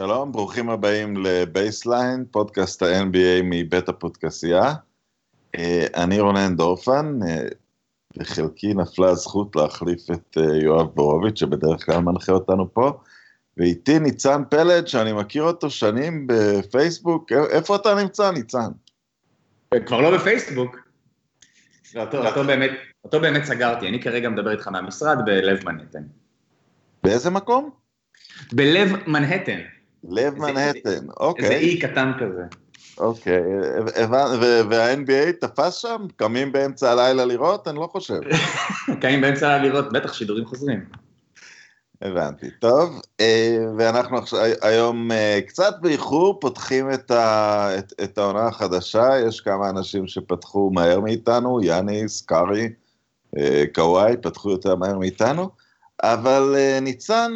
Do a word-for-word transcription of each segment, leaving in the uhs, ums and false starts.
שלום, ברוכים הבאים לבייסליין, פודקאסט ה-אן בי איי מבית הפודקאסייה. אני רונן דורפן, בחלקי נפלה הזכות להחליף את יואב בורוביץ' שבדרך כלל מנחה אותנו פה, ואיתי ניצן פלד, שאני מכיר אותו שנים בפייסבוק. איפה אתה נמצא, ניצן? כבר לא בפייסבוק. אותו, אותו, באמת, אותו באמת סגרתי, אני כרגע מדבר איתך מהמשרד בלב מנהטן. באיזה מקום? בלב מנהטן. לב מנהטן, אוקיי. איזה אי קטן כזה. אוקיי, וה-אן בי איי תפס שם? קמים באמצע הלילה לראות? אני לא חושב. קמים באמצע הלילה לראות, בטח שידורים חוזרים. הבנתי, טוב, ואנחנו היום קצת באיחור פותחים את, ה, את, את העונה החדשה, יש כמה אנשים שפתחו מהר מאיתנו, יאניס, קארי, קוואי, פתחו יותר מהר מאיתנו, אבל ניצן,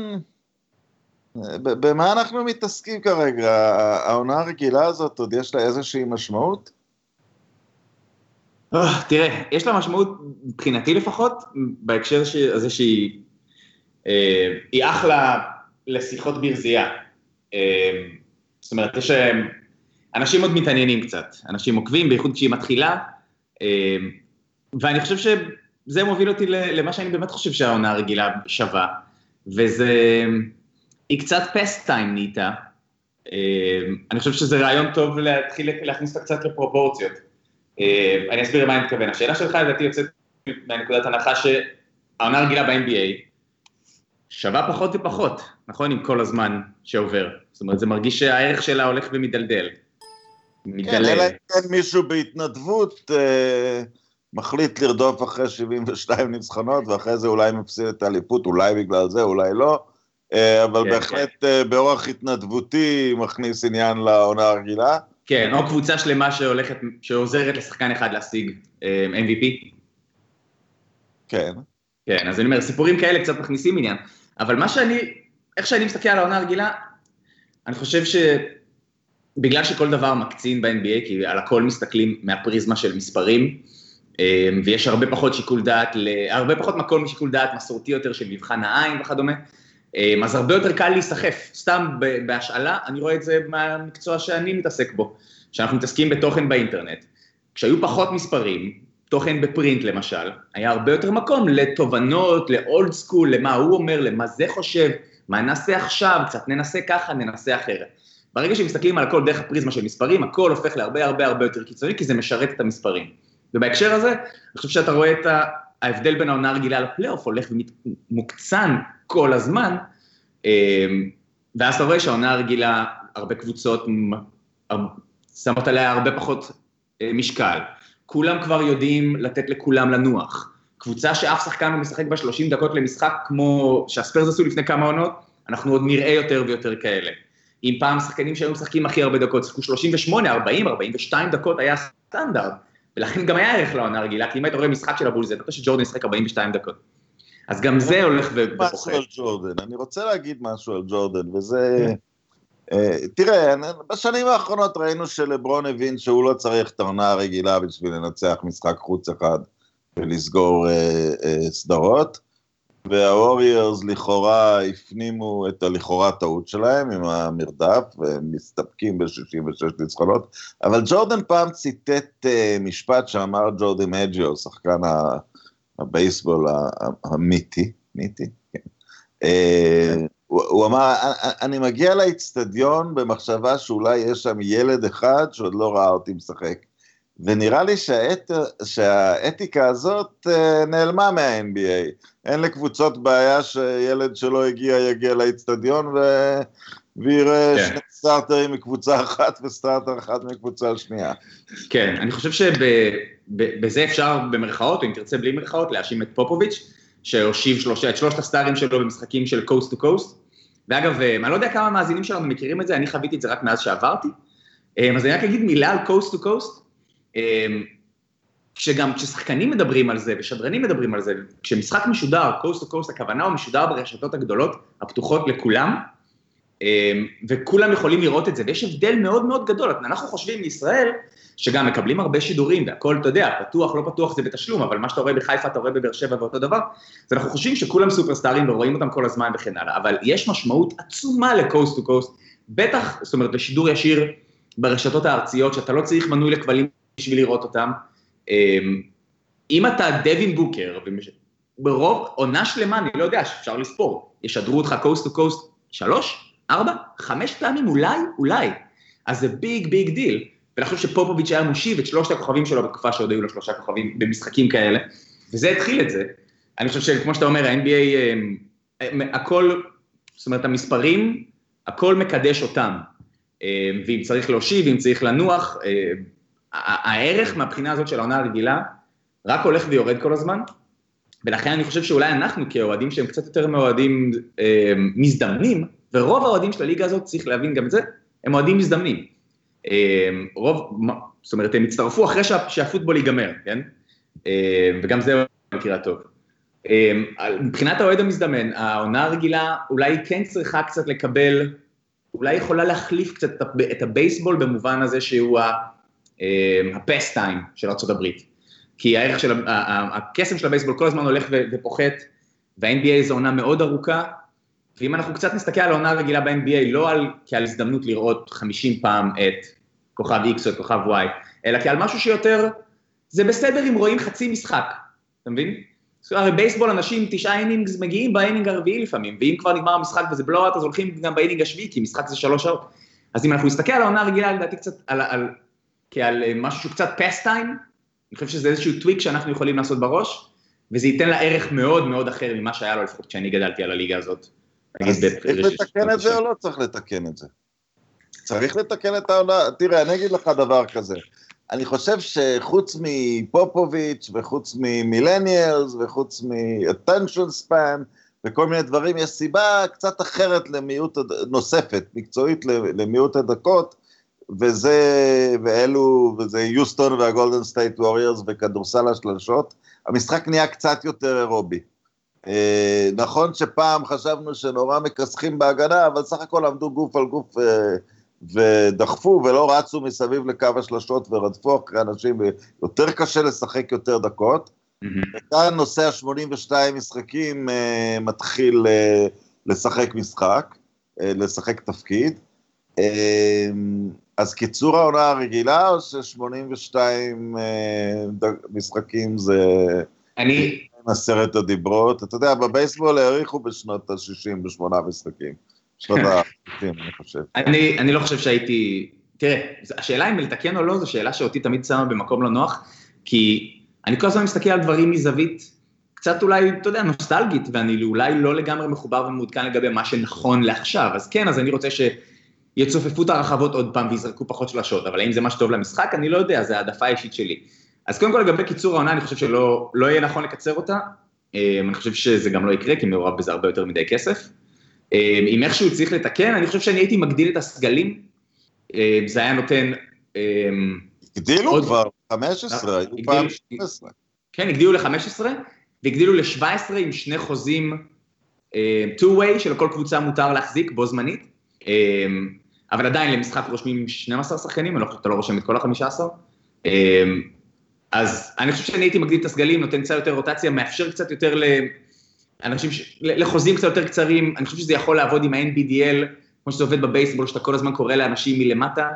במה אנחנו מתעסקים כרגע? העונה הרגילה הזאת, עוד יש לה איזושהי משמעות? תראה, יש לה משמעות, מבחינתי לפחות, בהקשר הזה שהיא, היא אחלה לשיחות ברזייה. זאת אומרת, יש אנשים עוד מתעניינים קצת, אנשים עוקבים, בייחוד כשהיא מתחילה, ואני חושב שזה מוביל אותי למה שאני באמת חושב שהעונה הרגילה שווה, וזה, היא קצת פסט טיים נהייתה. אני חושב שזה רעיון טוב להתחיל להכניס אותה קצת לפרופורציות. אני אסביר למה אני מתכוון. השאלה שלך לדעתי יוצאת מהנקודת הנחה שהעונה הרגילה ב-אן בי איי שווה פחות ופחות, נכון? עם כל הזמן שעובר. זאת אומרת, זה מרגיש שהערך שלה הולך ומדלדל. כן, אלא אם מישהו בהתנדבות מחליט לרדוף אחרי שבעים ושתיים ניצחונות, ואחרי זה אולי מפסיד את האליפות, אולי בגלל זה, אולי לא, אבל בהחלט באורח התנדבותי מכניס עניין לעונה הרגילה. כן, או קבוצה שלמה שהולכת, שעוזרת לשחקן אחד להשיג אם וי פי. כן. כן, אז אני אומר, סיפורים כאלה קצת מכניסים עניין, אבל מה שאני, איך שאני מסתכל על העונה הרגילה, אני חושב שבגלל שכל דבר מקצין ב-אן בי איי, כי על הכל מסתכלים מהפריזמה של מספרים, ויש הרבה פחות שיקול דעת, הרבה פחות מקום משיקול דעת מסורתי יותר של מבחן העין וכדומה, אז הרבה יותר קל להיסחף, סתם בהשאלה, אני רואה את זה מהמקצוע שאני מתעסק בו, שאנחנו מתעסקים בתוכן באינטרנט, כשהיו פחות מספרים, תוכן בפרינט למשל, היה הרבה יותר מקום לתובנות, לאולד סקול, למה הוא אומר, למה זה חושב, מה נעשה עכשיו, קצת ננסה ככה, ננסה אחרת. ברגע שמסתכלים על הכל דרך הפריזמה של מספרים, הכל הופך להרבה הרבה הרבה יותר קיצוני, כי זה משרת את המספרים. ובהקשר הזה, אני חושב שאתה רואה את ההבדל בין העונה הרגילה לפלייאוף, הולך ומוקצן כל הזמן, ואז אתה רואה שהעונה הרגילה, הרבה קבוצות שמות עליה הרבה פחות משקל. כולם כבר יודעים לתת לכולם לנוח. קבוצה שאף שחקן לא משחק בה שלושים דקות למשחק, כמו שהספרס עשו לפני כמה עונות, אנחנו עוד נראה יותר ויותר כאלה. אם פעם שחקנים שהיו משחקים הכי הרבה דקות, שחקו שלושים ושמונה, ארבעים, ארבעים ושתיים דקות היה סטנדרט, ולכן גם היה ערך לעונה הרגילה, כי אם היית רואה משחק של הבולס, זה אתה שג'ורדן ישחק ארבעים ושתיים דקות. אז גם זה הולך ופוחד. אני רוצה להגיד משהו על ג'ורדן, וזה... תראה, בשנים האחרונות ראינו שלברון הבין שהוא לא צריך את העונה הרגילה בשביל לנצח משחק חוץ אחד ולסגור סדרות, והווריירס לכאורה הפנימו את הלכאורה טעות שלהם עם המרדף, והם מסתפקים ב-שישים ושש ניצחונות, אבל ג'ורדן פעם ציטט משפט שאמר ג'ורדי מג'יו, שחקן הבייסבול המיתי, מיתי, כן. הוא אמר, אני מגיע לאצטדיון במחשבה שאולי יש שם ילד אחד שעוד לא ראה אותי משחק, ונראה לי שהאת, שהאתיקה הזאת נעלמה מה-אן בי איי. אין לקבוצות בעיה שילד שלא הגיע יגיע לאצטדיון ו... ויראה כן. שני סטארטרים מקבוצה אחת וסטארטר אחת מקבוצה השנייה. כן, אני חושב שבזה אפשר במרכאות, או אם תרצה בלי מרכאות, להאשים את פופוביץ', שהושיב שלושה, את שלושת הסטארים שלו במשחקים של קוסט טו קוסט, ואגב, אני לא יודע כמה מאזינים שלנו מכירים את זה, אני חוויתי את זה רק מאז שעברתי, אז אני רק אגיד מילה על קוסט טו קוסט, כשגם כששחקנים מדברים על זה, ושדרנים מדברים על זה, כשמשחק משודר, קוסט טו קוסט, הכוונה הוא משודר ברשתות הגדולות, הפתוחות לכולם, וכולם יכולים לראות את זה, ויש הבדל מאוד מאוד גדול, אנחנו חושבים מישראל, שגם מקבלים הרבה שידורים, והכל, אתה יודע, פתוח, לא פתוח, זה בתשלום, אבל מה שאתה רואה בחיפה, אתה רואה בבאר שבע ואותו דבר, אז אנחנו חושבים שכולם סופרסטארים, ורואים אותם כל הזמן וכן הלאה, אבל יש משמעות עצומה לקוסט טו קוסט, בטח, זאת אומרת, לשידור ישיר ברשתות הארציות, שאתה לא צריך מנוי לכבלים בשביל לראות אותם, אם אתה דווין בוקר, ברוב עונה שלמה, אני לא יודע, שאפשר לספור, ישדרו אותך קוסט טו קוסט, שלוש, ארבע, חמש פעמים, אולי, אולי, אז זה ביג ביג דיל, ואני חושב שפופוביץ' היה מושיב את שלושת הכוכבים שלו, בתקופה שעוד היו לו שלושה כוכבים במשחקים כאלה, וזה התחיל את זה. אני חושב שכמו שאתה אומר, ה-אן בי איי, הכל, זאת אומרת, המספרים, הכל מקדש אותם, ואם צריך להושיב, ואם צריך לנוח, הערך מהבחינה הזאת של העונה הרגילה, רק הולך ויורד כל הזמן, ולכן אני חושב שאולי אנחנו כאוהדים שהם קצת יותר מאוהדים מזדמנים, ורוב האוהדים של הליגה הזאת, צריך להבין גם את זה, הם אוהדים מזדמנים. רוב, זאת אומרת, הם הצטרפו אחרי שהפוטבול ייגמר, כן? וגם זה מכירה טוב. מבחינת האוהד המזדמן, העונה הרגילה אולי כן צריכה קצת לקבל, אולי יכולה להחליף קצת את הבייסבול במובן הזה שהוא הפסטיים של ארצות הברית. כי הערך של, הקסם של הבייסבול כל הזמן הולך ופוחת, וה-אן בי איי זו עונה מאוד ארוכה, ואם אנחנו קצת נסתכל על העונה הרגילה ב-אן בי איי, לא על, כעל הזדמנות לראות חמישים פעם את כוכב X או את כוכב Y, אלא כעל משהו שיותר, זה בסדר אם רואים חצי משחק, אתה מבין? הרי בייסבול אנשים תשעה אינינגס מגיעים באינינג הרביעי לפעמים, ואם כבר נגמר המשחק וזה בלואט, אז הולכים גם באינינג השביעי, כי משחק זה שלוש שעות. אז אם אנחנו נסתכל על העונה הרגילה, לדעתי קצת על, על, כעל משהו שהוא קצת פסטיים, אני חושב שזה איזשהו טוויק שאנחנו יכולים לעשות בראש, וזה ייתן לה ערך מאוד מאוד אחר ממה שהיה לו לפחות כשאני גדלתי על הליגה הזאת. אז צריך לתקן את זה או לא צריך לתקן את זה? צריך לתקן את העונה, תראה, אני אגיד לך דבר כזה, אני חושב שחוץ מפופוביץ' וחוץ ממילניאלס וחוץ מ-attention span וכל מיני דברים, יש סיבה קצת אחרת למיעוט נוספת, מקצועית למיעוט הדקות, וזה, ואלו, וזה יוסטון והגולדן סטייט ווריורס וכדורסל השלשות, המשחק נהיה קצת יותר אירובי. נכון שפעם חשבנו שנורא מכסחים בהגנה, אבל סך הכל עמדו גוף על גוף ודחפו ולא רצו מסביב לקו השלשות ורדפו אחרי אנשים, יותר קשה לשחק יותר דקות. וכאן נושא ה-שמונים ושתיים משחקים מתחיל לשחק משחק, לשחק תפקיד. אז קיצור העונה הרגילה, או ש-שמונים ושתיים משחקים זה אני... עשרת הדיברות? אתה יודע, בבייסבול העריכו בשנות ה-שישים בשמונה משחקים. שנות ה-שישים, אני חושב. אני, אני לא חושב שהייתי... תראה, השאלה אם לתקן או לא, זו שאלה שאותי תמיד שמה במקום לא נוח, כי אני כל הזמן מסתכל על דברים מזווית, קצת אולי, אתה יודע, נוסטלגית, ואני אולי לא לגמרי מחובר ומעודכן לגבי מה שנכון לעכשיו. אז כן, אז אני רוצה ש... יצופפו את הרחבות עוד פעם ויזרקו פחות שלשות, אבל האם זה מה שטוב למשחק? אני לא יודע, זה העדפה האישית שלי. אז קודם כל לגבי קיצור העונה, אני חושב שלא לא יהיה נכון לקצר אותה, אני חושב שזה גם לא יקרה, כי מעורב בזה הרבה יותר מדי כסף. אם איכשהו צריך לתקן, אני חושב שאני הייתי מגדיל את הסגלים, זה היה נותן... הגדילו עוד... כבר, חמש עשרה, היו פעם שש עשרה. כן, הגדילו ל-חמש עשרה, והגדילו ל-שבע עשרה עם שני חוזים, two-way, שלכל קבוצה מותר להחזיק בו זמנית, אבל עדיין למשחק רושמים שנים עשר שחקנים, אני לא חושב שאתה לא רושם את כל ה-חמישה עשר, אז אני חושב שאני הייתי מגדיל את הסגלים, נותן קצת יותר רוטציה, מאפשר קצת יותר לאנשים, לחוזים קצת יותר קצרים, אני חושב שזה יכול לעבוד עם ה-אן בי די אל, כמו שזה עובד בבייסבול, שאתה כל הזמן קורא לאנשים מלמטה,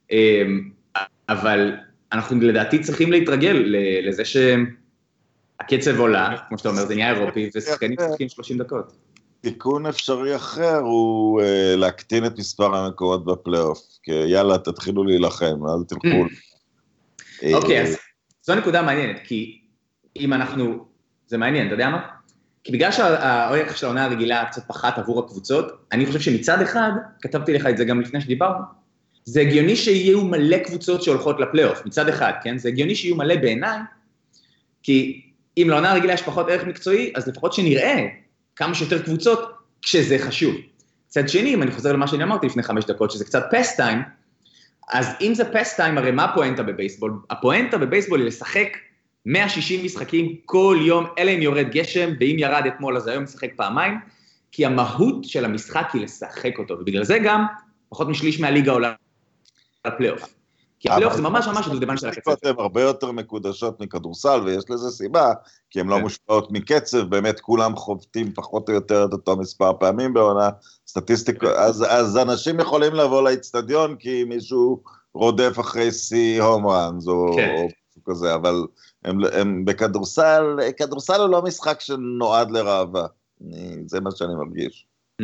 אבל אנחנו לדעתי צריכים להתרגל לזה שהקצב עולה, כמו שאתה אומר, זה נהיה אירופי, ושחקנים צריכים שלושים דקות. תיקון אפשרי אחר הוא uh, להקטין את מספר המקומות בפלייאוף, כי יאללה, תתחילו להילחם, אז תלכו. אוקיי, אז זו נקודה מעניינת, כי אם אנחנו, זה מעניין, אתה יודע מה? כי בגלל שהערך של העונה הרגילה קצת פחת עבור הקבוצות, אני חושב שמצד אחד, כתבתי לך את זה גם לפני שדיברנו, זה הגיוני שיהיו מלא קבוצות שהולכות לפלייאוף, מצד אחד, כן? זה הגיוני שיהיו מלא בעיניי, כי אם לעונה הרגילה יש פחות ערך מקצועי, אז לפחות שנראה כמה שיותר קבוצות כשזה חשוב. צד שני, אם אני חוזר למה שאני אמרתי לפני חמש דקות, שזה קצת פסטיים, אז אם זה פסטיים, הרי מה הפואנטה בבייסבול? הפואנטה בבייסבול היא לשחק מאה ושישים משחקים כל יום, אלא אם יורד גשם, ואם ירד אתמול אז היום משחק פעמיים, כי המהות של המשחק היא לשחק אותו, ובגלל זה גם פחות משליש מהליגה עולה לפלייאוף. כי הפלייאוף זה ממש ממש הדודבן של הקצב. הן הרבה יותר מקודשות מכדורסל, ויש לזה סיבה, כי הן לא מושפעות מקצב, באמת כולם חובטים פחות או יותר את אותו מספר פעמים בעונה, סטטיסטיקה, אז אנשים יכולים לבוא לאצטדיון, כי מישהו רודף אחרי סי הום ראנס, או כזה, אבל הם בכדורסל, כדורסל הוא לא משחק שנועד לראווה, זה מה שאני מרגיש.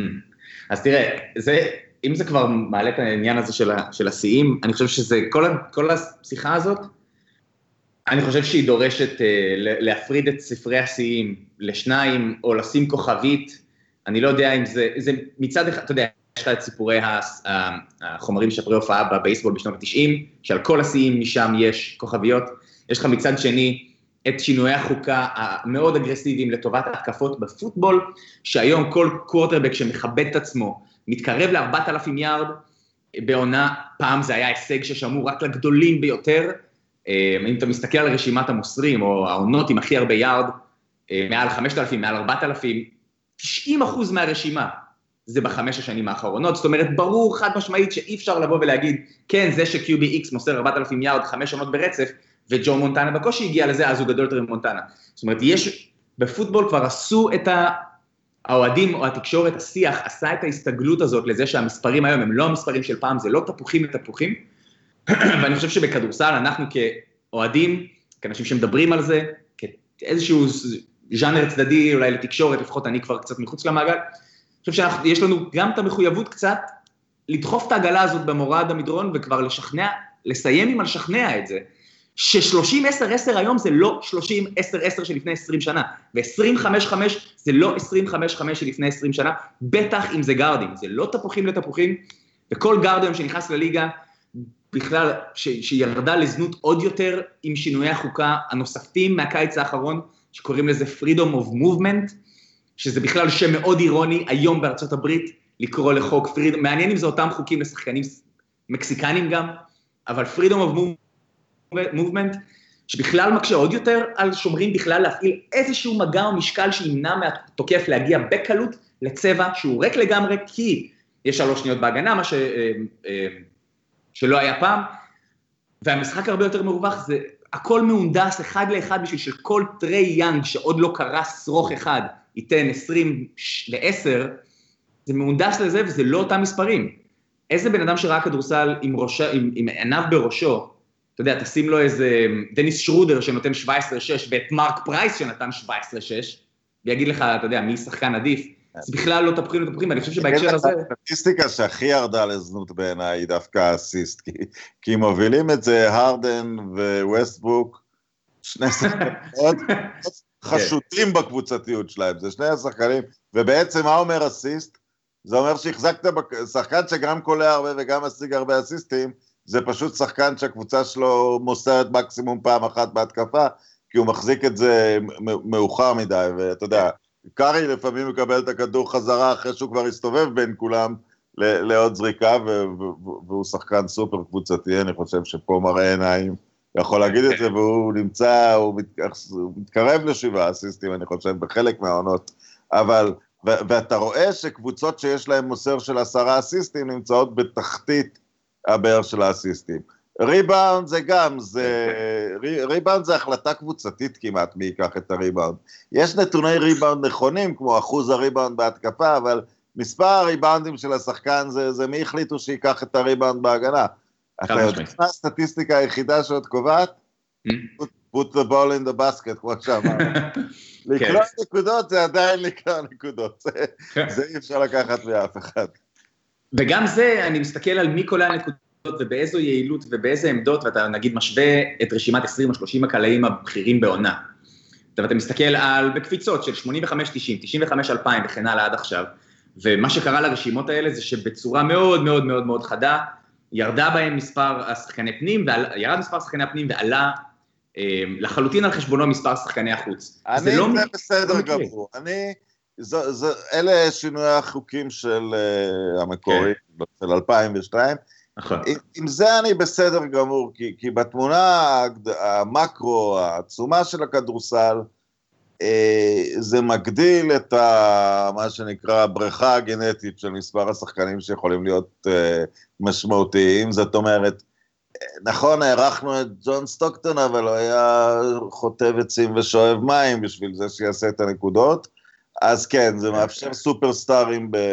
אז תראה, זה... אם זה כבר מעלה את העניין הזה של, ה, של השיאים, אני חושב שזה, כל, כל השיחה הזאת, אני חושב שהיא דורשת uh, להפריד את ספרי השיאים לשניים, או לשים כוכבית, אני לא יודע אם זה, זה מצד אחד, אתה יודע, יש לך את סיפורי החומרים שפרי הופעה בבייסבול בשנות ה-תשעים, שעל כל השיאים משם יש כוכביות, יש לך מצד שני את שינויי החוקה המאוד אגרסיביים לטובת ההתקפות בפוטבול, שהיום כל קוורטרבק שמכבד את עצמו, מתקרב ל-ארבעת אלפים יארד, בעונה, פעם זה היה הישג ששמעו רק לגדולים ביותר, אם אתה מסתכל על רשימת המוסרים, או העונות עם הכי הרבה יארד, מעל חמשת אלפים, מעל ארבעת אלפים, תשעים אחוז מהרשימה, זה בחמש השנים האחרונות, זאת אומרת, ברור חד משמעית שאי אפשר לבוא ולהגיד, כן, זה ש-קיו בי אקס מוסר ארבעת אלפים יארד, חמש עונות ברצף, וג'ו מונטנה בקושי הגיע לזה, אז הוא גדול יותר ממונטנה. זאת אומרת, יש, בפוטבול כבר עשו את ה... האוהדים או התקשורת, השיח, עשה את ההסתגלות הזאת לזה שהמספרים היום הם לא המספרים של פעם, זה לא תפוחים לתפוחים, ואני חושב שבכדורסל אנחנו כאוהדים, כאנשים שמדברים על זה, כאיזשהו ז'אנר צדדי אולי לתקשורת, לפחות אני כבר קצת מחוץ למעגל, אני חושב שיש לנו גם את המחויבות קצת לדחוף את העגלה הזאת במורד המדרון, וכבר לשכנע, לסיים עם לשכנע את זה, ש-שלושים עשר עשר היום זה לא שלושים עשר עשר של לפני עשרים שנה, ו-עשרים חמש חמש זה לא עשרים חמש חמש של לפני עשרים שנה, בטח אם זה גארדים, זה לא תפוחים לתפוחים, וכל גארד היום שנכנס לליגה, בכלל ש- שירדה לזנות עוד יותר עם שינויי החוקה הנוספים מהקיץ האחרון, שקוראים לזה Freedom of Movement, שזה בכלל שם מאוד אירוני היום בארצות הברית, לקרוא לחוק Freedom, מעניין אם זה אותם חוקים לשחקנים מקסיקנים גם, אבל Freedom of Movement, מובמנט, שבכלל מקשה עוד יותר על שומרים בכלל להפעיל איזשהו מגע או משקל שימנע מהתוקף להגיע בקלות לצבע שהוא ריק לגמרי, כי יש שלוש שניות בהגנה, מה ש... שלא היה פעם, והמשחק הרבה יותר מרווח, זה הכל מהונדס אחד לאחד בשביל שכל טרי יאנג שעוד לא קרה שרוך אחד, ייתן עשרים לעשר, זה מהונדס לזה וזה לא אותם מספרים. איזה בן אדם שראה כדורסל עם, ראשה, עם, עם עיניו בראשו, אתה יודע, תשים לו איזה דניס שרודר שנותן שבע עשרה שש, ואת מרק פרייס שנתן שבע עשרה שש, ויגיד לך, אתה יודע, מי שחקן עדיף, זה בכלל לא תפוחים לתפוחים, ואני חושב שבהקשר הזה... הסטטיסטיקה שהכי ירדה לזנות בעיניי היא דווקא אסיסט, כי, כי מובילים את זה הרדן וווסטברוק, שני שחקנים מאוד חשודים בקבוצתיות שלהם, זה שני השחקנים, ובעצם מה אומר אסיסט? זה אומר שהחזקת שחקן שגם קולע הרבה וגם משיג הרבה אסיסטים, זה פשוט שחקן שהקבוצה שלו מוסרת מקסימום פעם אחת בהתקפה, כי הוא מחזיק את זה מאוחר מדי, ואתה יודע, קארי לפעמים מקבל את הכדור חזרה אחרי שהוא כבר הסתובב בין כולם לעוד זריקה, והוא שחקן סופר קבוצתי, אני חושב שפה מראה עיניים, יכול להגיד את זה, והוא נמצא, הוא מתקרב לשבעה אסיסטים, אני חושב, בחלק מהעונות, אבל, ואתה רואה שקבוצות שיש להם מוסר של עשרה אסיסטים, נמצאות בתחתית הבאר של האסיסטים. ריבאונד זה גם, זה, ריבאונד זה החלטה קבוצתית כמעט, מי ייקח את הריבאונד. יש נתוני ריבאונד נכונים, כמו אחוז הריבאונד בהתקפה, אבל מספר הריבאונדים של השחקן זה, זה מי החליטו שיקח את הריבאונד בהגנה. אתה יודע מה הסטטיסטיקה היחידה שעוד קובעת? put the ball in the basket, כמו שאמר. לקרוא נקודות זה עדיין לקרוא נקודות, זה אי אפשר לקחת מאף אחד. וגם זה, אני מסתכל על מי קולע נקודות, ובאיזו יעילות ובאיזה עמדות, ואתה נגיד משווה את רשימת עשרים או שלושים הקלעים הבכירים בעונה. ואתה מסתכל על בקפיצות של שמונים וחמש תשעים, תשעים וחמש אלפיים וכן הלאה עד עכשיו, ומה שקרה לרשימות האלה זה שבצורה מאוד מאוד מאוד מאוד חדה, ירדה בהם מספר השחקני פנים, ירד מספר שחקני הפנים ועלה אה, לחלוטין על חשבונו מספר שחקני החוץ. אני זה, לא זה מ... בסדר גמור, אני... זו, זו, אלה שינוי החוקים של uh, המקורי, okay. של אלפיים ושתיים, נכון. עם, עם זה אני בסדר גמור, כי, כי בתמונה המקרו, העצומה של הכדורסל, אה, זה מגדיל את ה, מה שנקרא הבריכה הגנטית של מספר השחקנים שיכולים להיות אה, משמעותיים, זאת אומרת, נכון, הערכנו את ג'ון סטוקטון, אבל הוא היה חוטב עצים ושואב מים בשביל זה שיעשה את הנקודות, אז כן, זה מאפשר סופרסטארים ב...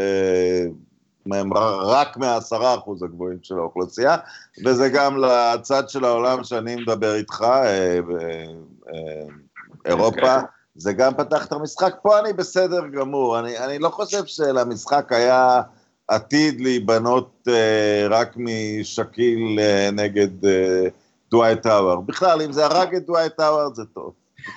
רק מהעשרה אחוז הגבוהים של האוכלוסייה, וזה גם לצד של העולם שאני מדבר איתך, באירופה, זה גם פתח את המשחק, פה אני בסדר גמור, אני, אני לא חושב שלמשחק היה עתיד להיבנות אה, רק משקיל אה, נגד אה, דווייט טאוור, בכלל אם זה הרג את דווייט טאוור זה טוב.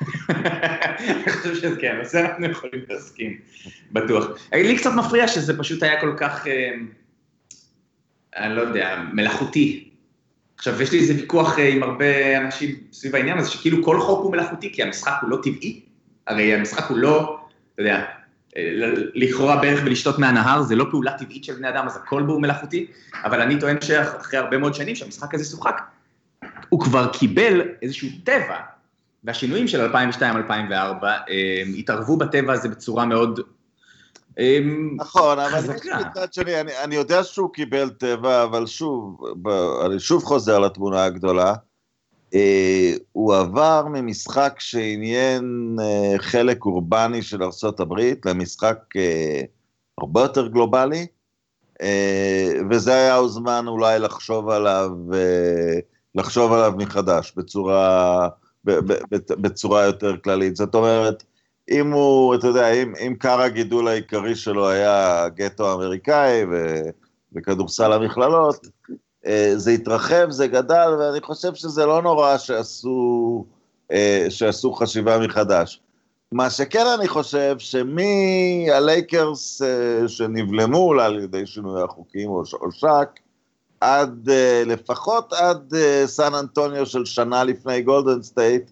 אני חושב שזה כן, אז אנחנו יכולים להסכים, בטוח. לי קצת מפריע שזה פשוט היה כל כך, אה, אני לא יודע, מלאכותי. עכשיו, יש לי איזה ויכוח עם הרבה אנשים סביב העניין הזה, שכאילו כל חוק הוא מלאכותי, כי המשחק הוא לא טבעי, הרי המשחק הוא לא, אתה יודע, לכאורה בערך ולשתות מהנהר, זה לא פעולה טבעית של בני אדם, אז הכל בו הוא מלאכותי, אבל אני טוען שאחרי הרבה מאוד שנים שהמשחק הזה שוחק, הוא כבר קיבל איזשהו טבע, והשינויים של אלפיים ושתיים אלפיים וארבע התערבו בטבע הזה בצורה מאוד נכון, אבל מצד שני, אני, אני יודע שהוא קיבל טבע, אבל שוב, ב, אני שוב חוזר לתמונה הגדולה, אה, הוא עבר ממשחק שעניין אה, חלק אורבני של ארצות הברית, למשחק אה, הרבה יותר גלובלי, אה, וזה היה הזמן אולי לחשוב עליו, אה, לחשוב עליו מחדש, בצורה, ב, ב, ב, בצורה יותר כללית, זאת אומרת, אם הוא, אתה יודע, אם, אם קר הגידול העיקרי שלו היה גטו אמריקאי ו, וכדורסל המכללות, זה התרחב, זה גדל, ואני חושב שזה לא נורא שעשו, שעשו חשיבה מחדש. מה שכן אני חושב, שמי הלייקרס שנבלמו לה על ידי שינוי החוקים או, או שק, עד, לפחות עד סן אנטוניו של שנה לפני גולדן סטייט,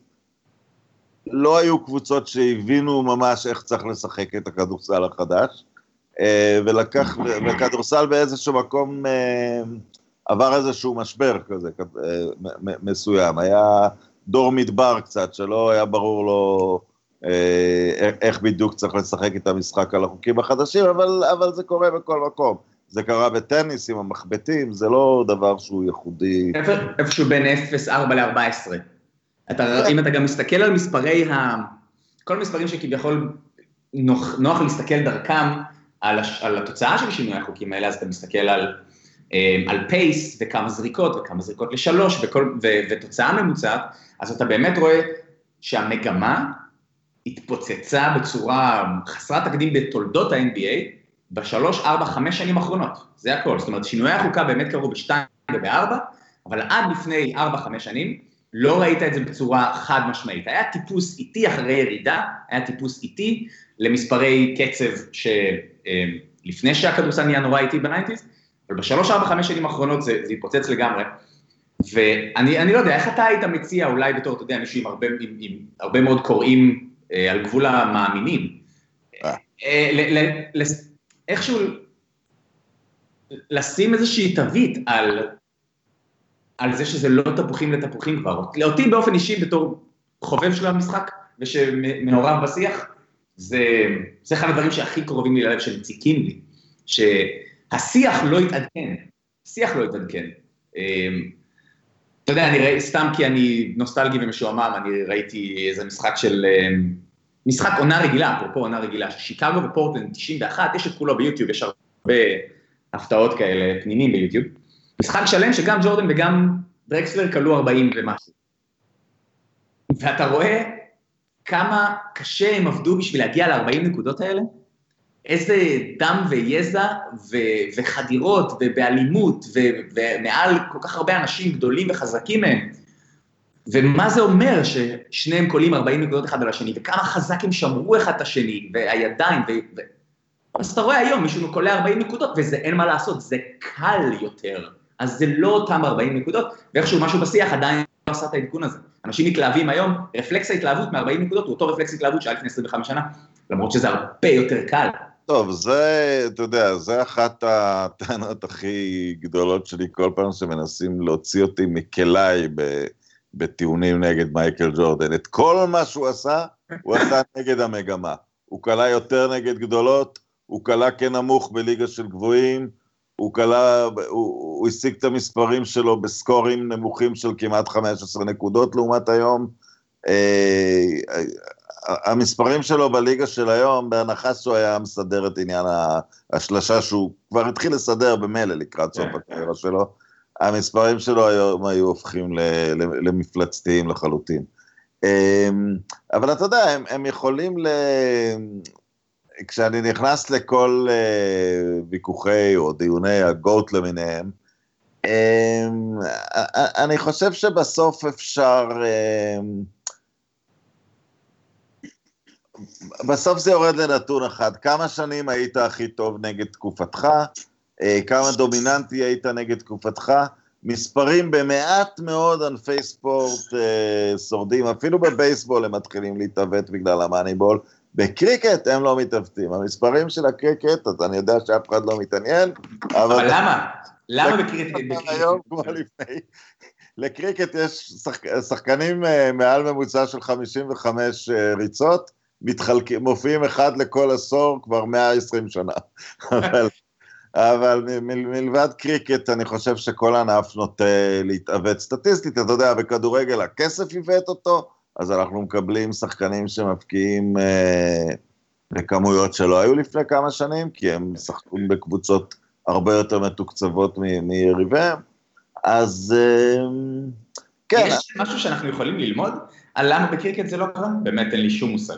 לא היו קבוצות שהבינו ממש איך צריך לשחק את הכדורסל החדש, ולקח, וכדורסל באיזשהו מקום עבר איזשהו משבר כזה, מסוים, היה דור מדבר קצת, שלא היה ברור לו איך בדיוק צריך לשחק את המשחק על החוקים החדשים, אבל, אבל זה קורה בכל מקום, זה קרה בטניס עם המחבטים, זה לא דבר שהוא ייחודי. איפשהו בין אפס נקודה ארבע ל-ארבע עשרה. אתה, אם אתה גם מסתכל על מספרי, ה... כל המספרים שכביכול נוח, נוח להסתכל דרכם על, הש... על התוצאה של שינוי החוקים האלה, אז אתה מסתכל על, על פייס וכמה זריקות וכמה זריקות לשלוש וכל... ו... ותוצאה ממוצעת, אז אתה באמת רואה שהמגמה התפוצצה בצורה חסרת תקדים בתולדות ה-אן בי איי בשלוש, ארבע, חמש שנים האחרונות, זה הכל, זאת אומרת שינוי החוקה באמת קרו בשתיים ובארבע, אבל עד לפני ארבע, חמש שנים, לא ראית את זה בצורה חד משמעית, היה טיפוס איטי אחרי ירידה, היה טיפוס איטי למספרי קצב שלפני שהכדורסל נהיה נורא איטי בניינטיז, אבל בשלוש, ארבע, חמש שנים האחרונות זה, זה התפוצץ לגמרי, ואני אני לא יודע, איך אתה היית מציע אולי בתור, אתה יודע, מישהו עם הרבה, עם, עם הרבה מאוד קוראים אה, על גבול המאמינים, אה, ל, ל, ל, איכשהו לשים איזושהי תווית על... על זה שזה לא תפוחים לתפוחים כבר. לאותי באופן אישי, בתור חובב של המשחק, ושמעורב בשיח, זה, זה אחד הדברים שהכי קרובים לי ללב, שמציקים לי, שהשיח לא יתעדכן, השיח לא יתעדכן. אתה יודע, אני ראיתי, סתם כי אני נוסטלגי ומשועמם, אני ראיתי איזה משחק של, משחק עונה רגילה, אפרופו עונה רגילה, שיקגו ופורטלנד תשעים ואחת, יש את כולו ביוטיוב, יש הרבה הפתעות כאלה, פנינים ביוטיוב, משחק שלם שגם ג'ורדן וגם דרקסלר קלו ארבעים ומשהו. ואתה רואה כמה קשה הם עבדו בשביל להגיע ל-ארבעים נקודות האלה, איזה דם ויזע ו- וחדירות ובאלימות ו- ומעל כל כך הרבה אנשים גדולים וחזקים מהם, ומה זה אומר ששניהם קולים ארבעים נקודות אחד על השני, וכמה חזק הם שמרו אחד את השני, והידיים, ו... ו- אז אתה רואה היום מישהו קולה ארבעים נקודות, וזה אין מה לעשות, זה קל יותר. אז זה לא אותם ארבעים נקודות, ואיכשהו משהו בשיח עדיין לא עשה את העדכון הזה. אנשים מתלהבים היום, רפלקס ההתלהבות מ-ארבעים נקודות, הוא אותו רפלקס ההתלהבות שהיה לפני עשרים וחמש שנה, למרות שזה הרבה יותר קל. טוב, זה, אתה יודע, זה אחת הטענות הכי גדולות שלי, כל פעם שמנסים להוציא אותי מכלי בטיעונים נגד מייקל ג'ורדן. את כל מה שהוא עשה, הוא עשה נגד המגמה. הוא קלה יותר נגד גדולות, הוא קלה כנמוך בליגה של גבוהים, הוא קלה, הוא, הוא השיג את המספרים שלו בסקורים נמוכים של כמעט חמש עשרה נקודות לעומת היום. המספרים שלו בליגה של היום, בהנחה שהוא היה מסדר את עניין השלשה, שהוא כבר התחיל לסדר במילא לקראת סוף הקריירה שלו, המספרים שלו היום היו הופכים למפלצתיים לחלוטין. אבל אתה יודע, הם, הם יכולים ל... כשאני נכנס לכל ויכוחי או דיוני הגוט למיניהם, אני חושב שבסוף אפשר... בסוף זה יורד לנתון אחד, כמה שנים היית הכי טוב נגד תקופתך, כמה דומיננטי היית נגד תקופתך, מספרים במעט מאוד ענפי ספורט שורדים, אפילו בבייסבול הם מתחילים להתעוות בגלל המאניבול, בקריקט הם לא מתעוותים, המספרים של הקריקט, אז אני יודע שאף אחד לא מתעניין, אבל, אבל למה? למה בקריקט? היום כמו לפני, לקריקט יש שחקנים מעל ממוצע של חמישים וחמש ריצות, מתחלקים, מופיעים אחד לכל עשור כבר מאה ועשרים שנה, אבל, אבל מ- מלבד קריקט אני חושב שכל ענף נוטה להתעוות סטטיסטית, אתה יודע, בכדורגל הכסף יבט אותו, אז אנחנו מקבלים שחקנים שמפקיעים אה, לכמויות שלא היו לפני כמה שנים, כי הם שחקנים בקבוצות הרבה יותר מתוקצבות מ- מיריביהם, אז אה, כן. יש משהו שאנחנו יכולים ללמוד, על למה בקריקט זה לא קרה? באמת אין לי שום מושג.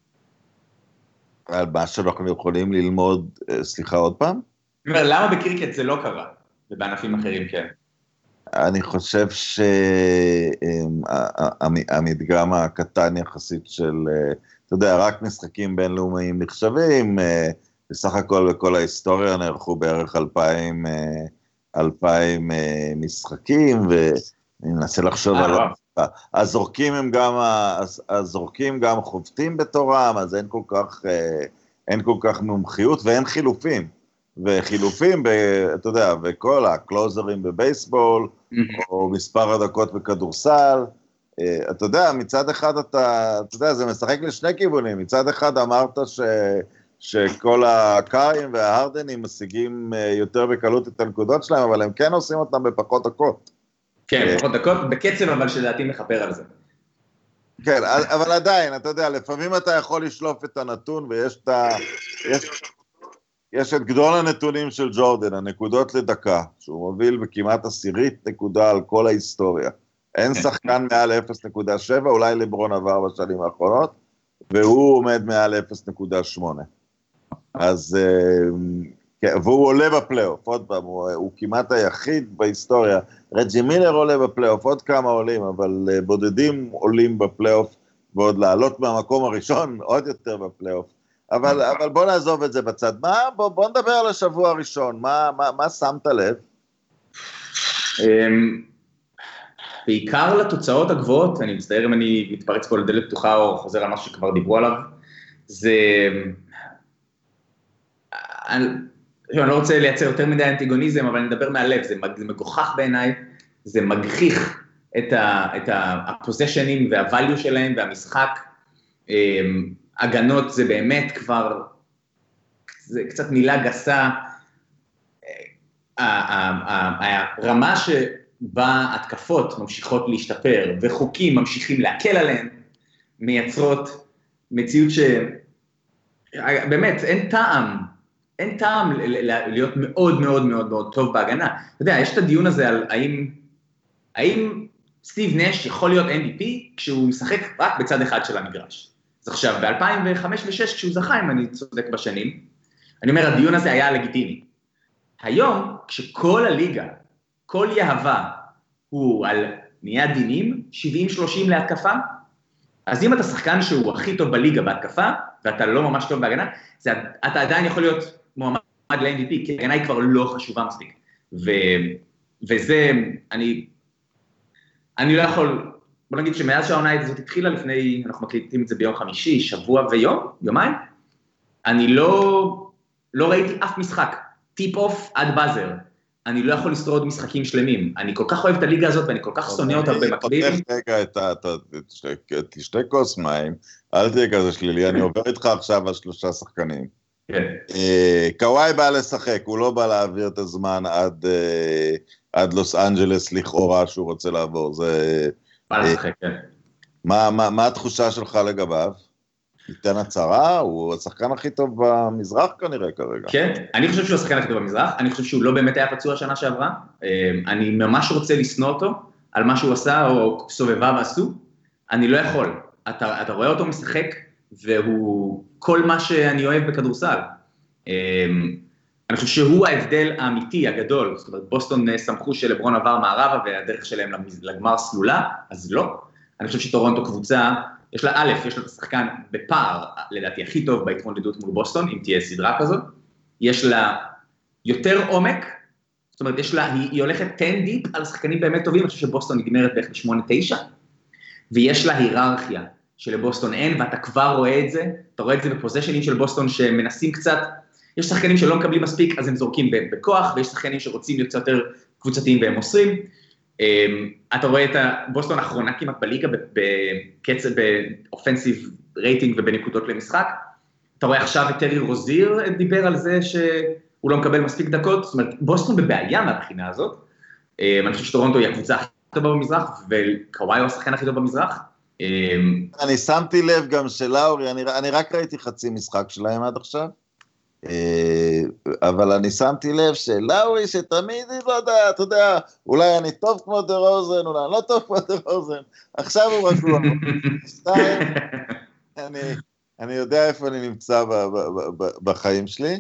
על מה שאנחנו יכולים ללמוד, סליחה עוד פעם? למה בקריקט זה לא קרה, ובענפים אחרים כן? אני חושב שהמדגם הקטן יחסית של, אתה יודע, רק משחקים בינלאומיים נחשבים, בסך הכל בכל ההיסטוריה נערכו בערך אלפיים, אלפיים משחקים, ואני מנסה לחשוב על... הזורקים הם גם, הזורקים גם חובטים בתורם, אז אין כל כך, אין כל כך מומחיות, ואין חילופים, וחילופים, ב, אתה יודע, וכל הקלוזרים בבייסבול, או מספר הדקות בכדורסל, אתה יודע, מצד אחד אתה, אתה יודע, זה משחק לשני כיוונים, מצד אחד אמרת ש, שכל הקארים וההרדנים משיגים יותר בקלות את הנקודות שלהם, אבל הם כן עושים אותם בפחות דקות. כן, פחות דקות, בקצב אבל שלדעתי מחפר על זה. כן, אבל עדיין, אתה יודע, לפעמים אתה יכול לשלוף את הנתון, ויש את ה... יש, יש את גדול הנתונים של ג'ורדן, הנקודות לדקה, שהוא מוביל בכמעט עשירית נקודה על כל ההיסטוריה. אין שחקן מעל אפס נקודה שבע, אולי לברון עבר בשנים האחרונות, והוא עומד מעל אפס נקודה שמונה. אז... והוא עולה בפלייאוף, עוד פעם, הוא, הוא כמעט היחיד בהיסטוריה, רג'י מילר עולה בפלייאוף, עוד כמה עולים, אבל בודדים עולים בפלייאוף, ועוד לעלות מהמקום הראשון, עוד יותר בפלייאוף, אבל, אבל בוא נעזוב את זה בצד, מה, בוא, בוא נדבר על השבוע הראשון, מה, מה, מה שמת לב? בעיקר לתוצאות הגבוהות, אני מצטער אם אני מתפרץ פה לדלת פתוחה, או חוזר על מה שכבר דיברו עליו, זה... אני לא רוצה לייצר יותר מדי אנטיגוניזם, אבל אני מדבר מהלב, זה מגוחך בעיניי, זה מגחיך את הפוזיישנים והvalue שלהם והמשחק, הגנות זה באמת כבר, זה קצת מילה גסה, הרמה שבה התקפות ממשיכות להשתפר, וחוקים ממשיכים להקל עליהם, מייצרות מציאות שבאמת אין טעם, אין טעם להיות מאוד מאוד מאוד מאוד טוב בהגנה. אתה יודע, יש את הדיון הזה על האם, האם סטיב נש יכול להיות אם וי פי כשהוא משחק רק בצד אחד של המגרש. אז עכשיו, ב-אלפיים וחמש ושש כשהוא זכה, אם אני צודק בשנים, אני אומר, הדיון הזה היה לגיטימי. היום, כשכל הליגה, כל יהבה, הוא על נהיה דינים, שבעים שלושים להתקפה, אז אם אתה שחקן שהוא הכי טוב בליגה בהתקפה, ואתה לא ממש טוב בהגנה, זה, אתה עדיין יכול להיות מועמד ל-אם וי פי, כי ההגנה היא כבר לא חשובה מספיק. ו, וזה, אני, אני לא יכול, בוא נגיד שמאז שהעונה הזאת התחילה לפני, אנחנו מקליטים את זה ביום חמישי, שבוע ויום, יומיים, אני לא, לא ראיתי אף משחק, טיפ אוף עד באזר, אני לא יכול לשרוד משחקים שלמים, אני כל כך אוהב את הליגה הזאת, ואני כל כך שונא אותה במקביל. אני פותח רגע את שתי כוס מים, אל תהיה כזה שלילי, אני עובר איתך עכשיו על שלושה שחקנים. קוואי בא לשחק, הוא לא בא להעביר את הזמן עד, עד לוס אנג'לס לכאורה שהוא רוצה לעבור. זה... בא לשחק, כן. מה, מה, מה התחושה שלך לגביו? ייתן הצהרה? הוא השחקן הכי טוב במזרח כנראה כרגע. כן, אני חושב שהוא השחקן הכי טוב במזרח, אני חושב שהוא לא באמת היה פצוע שנה שעברה, אני ממש רוצה לשנוא אותו על מה שהוא עשה או סובבה ועשו, אני לא יכול. אתה, אתה רואה אותו משחק, והוא כל מה שאני אוהב בכדורסל. אני חושב שהוא ההבדל האמיתי, הגדול, זאת אומרת, בוסטון סמכו שלברון עבר מערבה, והדרך שלהם לגמר סלולה, אז לא. אני חושב שטורונטו קבוצה, יש לה א', יש לה את השחקן בפער, לדעתי הכי טוב בהתמודדות מול בוסטון, אם תהיה סדרה כזאת. יש לה יותר עומק, זאת אומרת, יש לה, היא, היא הולכת ten deep על שחקנים באמת טובים, אני חושב שבוסטון נגמרת בערך ב-שמונה תשע, ויש לה היררכיה שלבוסטון אין, ואתה כבר רואה את זה, אתה רואה את זה בפוזיישנים של בוסטון שמנסים קצת, יש שחקנים שלא מקבלים מספיק, אז הם זורקים בכוח, ויש שחקנים שרוצים להיות יותר קבוצתיים והם מוסרים. אתה רואה את בוסטון האחרונה כמעט בליגה בקצב, באופנסיב רייטינג ובנקודות למשחק. אתה רואה עכשיו את טרי רוזיר דיבר על זה שהוא לא מקבל מספיק דקות, זאת אומרת, בוסטון בבעיה מהבחינה הזאת. אני חושב שטורונטו היא הקבוצה הכי טובה במזרח, וקוואי הוא השחקן הכי טוב במזרח. אני שמתי לב גם שלאורי, אני רק ראיתי חצי משחק שלהם עד עכשיו, אבל אני שמתי לב שלאורי שתמיד, לא יודע, אתה יודע, אולי אני טוב כמו דה רוזן, אולי אני לא טוב כמו דה רוזן, עכשיו הוא רגוע, שתיים, אני יודע איפה אני נמצא בחיים שלי.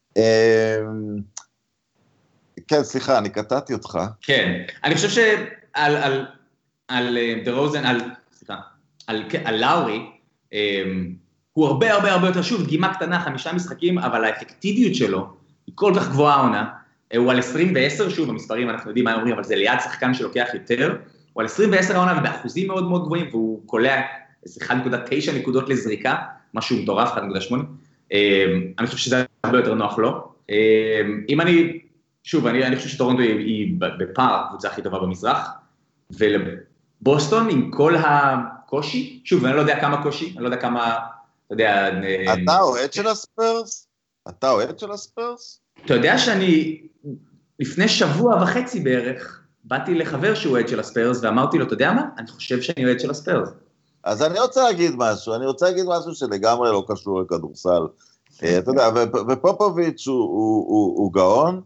כן, סליחה, אני קטעתי אותך. כן, אני חושב שעל דה רוזן, על, סליחה, על לאורי, הוא הרבה הרבה הרבה יותר שוב, דגימה קטנה, חמישה משחקים, אבל האפקטיביות שלו היא כל כך גבוהה עונה, הוא על עשרים ועשר, שוב, המספרים אנחנו יודעים מה אומרים, אבל זה ליד שחקן שלוקח יותר, הוא על עשרים ועשר העונה ובאחוזים מאוד מאוד גבוהים, והוא קולע איזה אחת נקודה תשע נקודות לזריקה, משהו מטורף, אחת נקודה שמונה, אני חושב שזה הרבה יותר נוח לו. אם אני, שוב, אני, אני חושב שטורונטו היא, היא בפער, הקבוצה הכי טובה במזרח, ולבוסטון עם כל הקושי, שוב, אני לא יודע כמה קושי, אני לא יודע כמה, אתה יודע... אתה אוהד של הספרס? אתה אוהד של הספרס? אתה יודע שאני, לפני שבוע וחצי בערך, באתי לחבר שהוא אוהד של הספרס, ואמרתי לו, אתה יודע מה? אני חושב שאני אוהד של הספרס. אז אני רוצה להגיד משהו, אני רוצה להגיד משהו שלגמרי לא קשור לכדורסל. אתה יודע, ופופוביץ' הוא, הוא, הוא, הוא גאון,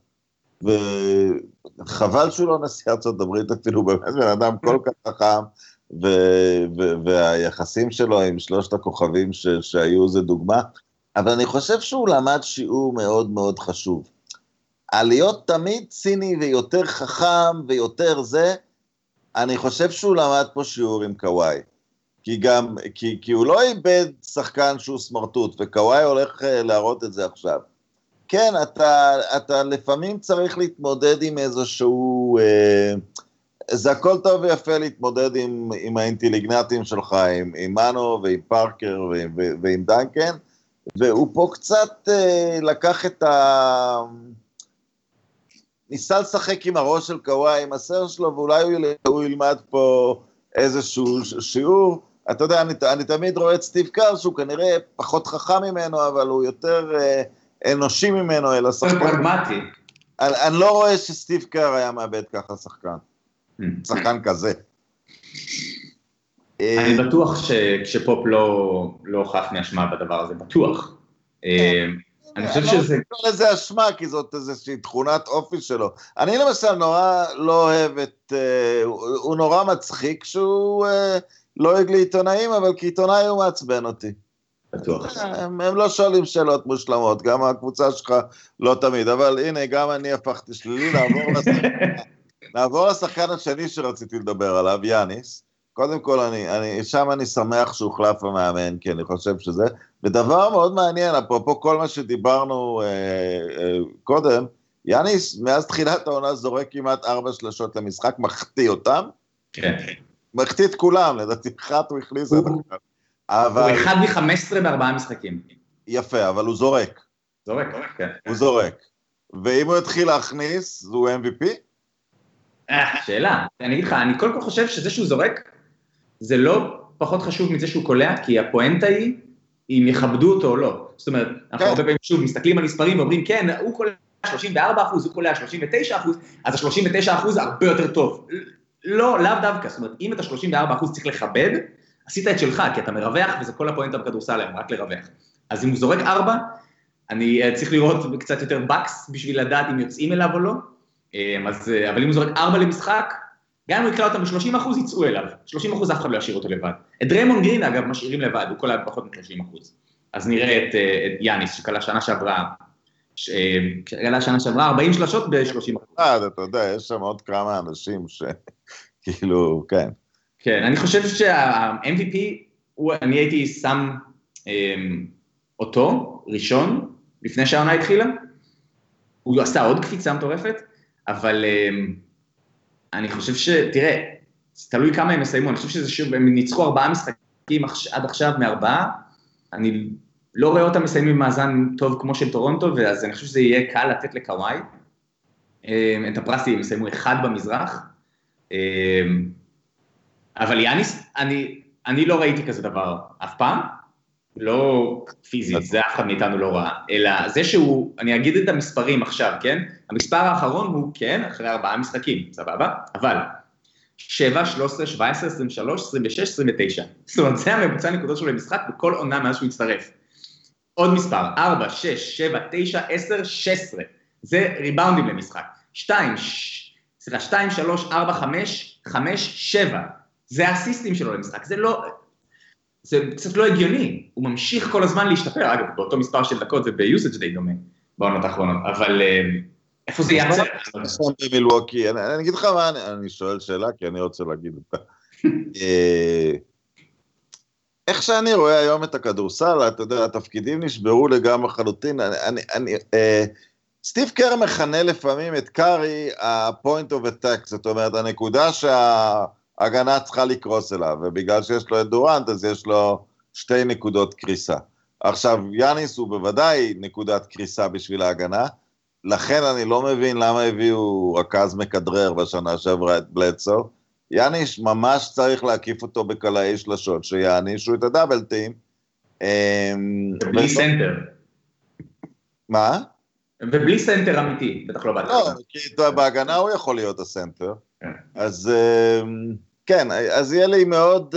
וחבל שהוא לא נשיא ארצות הברית, אפילו באמת בן אדם כל כך חכם, ו- ו- והיחסים שלו עם שלושת הכוכבים ש- שהיו זה דוגמה, אבל אני חושב שהוא למד שיעור מאוד מאוד חשוב. להיות תמיד ציני ויותר חכם ויותר זה, אני חושב שהוא למד פה שיעור עם קוואי. כי גם, כי, כי הוא לא איבד שחקן שהוא סמרטוט, וקוואי הולך להראות את זה עכשיו. כן, אתה, אתה לפעמים צריך להתמודד עם איזשהו... אה, זה הכל טוב ויפה להתמודד עם, עם האינטליגנטים שלך, עם, עם מנו ועם פארקר ועם, ועם דנקן, והוא פה קצת אה, לקח את ה... ניסה לשחק עם הראש של קוואי, עם הסר שלו, ואולי הוא, הוא ילמד פה איזשהו שיעור. אתה יודע, אני, אני תמיד רואה את סטיב קר, שהוא כנראה פחות חכם ממנו, אבל הוא יותר אה, אנושי ממנו, אלא שחקן. פרגמטי. אני, אני לא רואה שסטיב קר היה מאבד ככה שחקן. שחקן כזה. אני בטוח שפופ לא הוכח מאשמה בדבר הזה, בטוח. אני חושב שזה... אני לא חושב לזה אשמה, כי זאת איזושהי תכונת אופי שלו. אני למשל נורא לא אוהב את... הוא נורא מצחיק שהוא לא אוהג לעיתונאים, אבל כעיתונאי הוא מעצבן אותי. בטוח. הם לא שואלים שאלות מושלמות, גם הקבוצה שלך לא תמיד, אבל הנה, גם אני הפכתי שלילי, לעבור לשחקן. נעבור לשחקן השני שרציתי לדבר עליו, יאניס. קודם כל, אני, אני, שם אני שמח שהוא חלף המאמן, כי אני חושב שזה. ודבר מאוד מעניין, אפרופו כל מה שדיברנו אה, אה, קודם, יאניס, מאז תחילת העונה זורק כמעט ארבע שלשות למשחק, מחטיא אותם. כן. מחטיא את כולם, לדעתי, אחת הוא הכניס את אחת. אבל... הוא אחד מ-חמישה עשר בארבעה משחקים. יפה, אבל הוא זורק. זורק, כן. הוא זורק. ואם הוא התחיל להכניס, הוא אם וי פי? שאלה, אני אגיד לך, אני כל כך חושב שזה שהוא זורק, זה לא פחות חשוב מזה שהוא קולע, כי הפואנטה היא אם יכבדו אותו או לא. זאת אומרת, אנחנו הרבה פעמים שוב מסתכלים על מספרים ואומרים, כן, הוא קולע שלושים וארבעה אחוז, הוא קולע שלושים ותשעה אחוז, אז ה-שלושים ותשעה אחוז הרבה יותר טוב. לא, לאו דווקא, זאת אומרת, אם את ה-שלושים וארבעה אחוז צריך לכבד, עשית את שלך, כי אתה מרווח, וזה כל הפואנטה בכדורסל להם, רק לרווח. אז אם הוא זורק ארבע, אני צריך לראות קצת יותר בקס, בשביל לדעת אם יוצאים אליו או לא, אז, אבל אם הוא זורק ארבע למשחק, גם אם הוא יקלע אותם ב-שלושים אחוז, יצאו אליו. שלושים אחוז אף אחד לא ישאיר אותו לבד. את דריימונד גרין, אגב, משאירים לבד, הוא קולע פחות מ-שלושים אחוז. אז נראה את, את יאניס, שקלע שנה שעברה, שקלע שנה שעברה, ארבעים שלשות ב-שלושים אחוז. אה, אתה יודע, יש שם עוד כמה אנשים שכאילו, כן. כן, אני חושב שה-אם וי פי, אני הייתי שם אותו, ראשון, לפני שהעונה התחילה. הוא עשה עוד קפיצה מטורפת, אבל אני חושב ש... תראה, תלוי כמה הם מסיימו, אני חושב שזה שוב, הם ניצחו ארבעה משחקים עד עכשיו מארבעה, אני לא רואה אותם מסיימים מאזן טוב כמו של טורונטו, ואז אני חושב שזה יהיה קל לתת לקוואי. את הפרסי הם מסיימו אחד במזרח, אבל יאניס, אני, אני לא ראיתי כזה דבר אף פעם, לא פיזית, זה אף אחד מאיתנו לא ראה, אלא זה שהוא, אני אגיד את המספרים עכשיו, כן? המספר האחרון הוא, כן, אחרי ארבעה משחקים, סבבה? אבל שבע, שלוש עשרה, שבע עשרה, עשרים ושלוש, עשרים ושש, עשרים ותשע. זאת אומרת, זה הממוצע נקודות שלו למשחק בכל עונה מאז שהוא יצטרף. עוד מספר, ארבע, שש, שבע, תשע, עשר, שש עשרה. זה ריבאונדים למשחק. שתיים, סליחה, שתיים, שלוש, ארבע, חמש, חמש, שבע. זה האסיסטים שלו למשחק. זה לא... זה קצת לא הגיוני, הוא ממשיך כל הזמן להשתפר, אגב, באותו מספר של דקות וביוסאג' די דומה, בעונות האחרונות, אבל איפה זה יעצר? במילווקי, אני אגיד לך מה, אני שואל שאלה, כי אני רוצה להגיד אותה. איך שאני רואה היום את הכדורסל, אתה יודע, התפקידים נשברו לגמרי חלוטין, סטיב קר מכנה לפעמים את קארי ה-point of attack, זאת אומרת, הנקודה שה... הגנה צריכה לקרוס אליו, ובגלל שיש לו את דורנט, אז יש לו שתי נקודות קריסה. עכשיו, יאניס הוא בוודאי נקודת קריסה בשביל ההגנה, לכן אני לא מבין למה הביאו רכז מקדרר בשנה שעברה את בלדסו. יאניס ממש צריך להקיף אותו בקלעי שלשות, שיאניסו את הדאבל טים. ובלי סנטר. מה? ובלי סנטר אמיתי, בטח לא בעד. לא, כי בהגנה הוא יכול להיות הסנטר. אז כן, אז יהיה לי מאוד,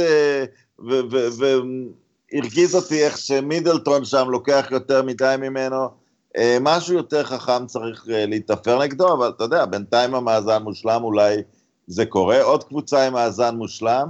והרגיז אותי איך שמידלטון שם לוקח יותר מדי ממנו, משהו יותר חכם צריך להתאפר נגדו, אבל אתה יודע, בינתיים המאזן מושלם, אולי זה קורה, עוד קבוצה עם מאזן מושלם,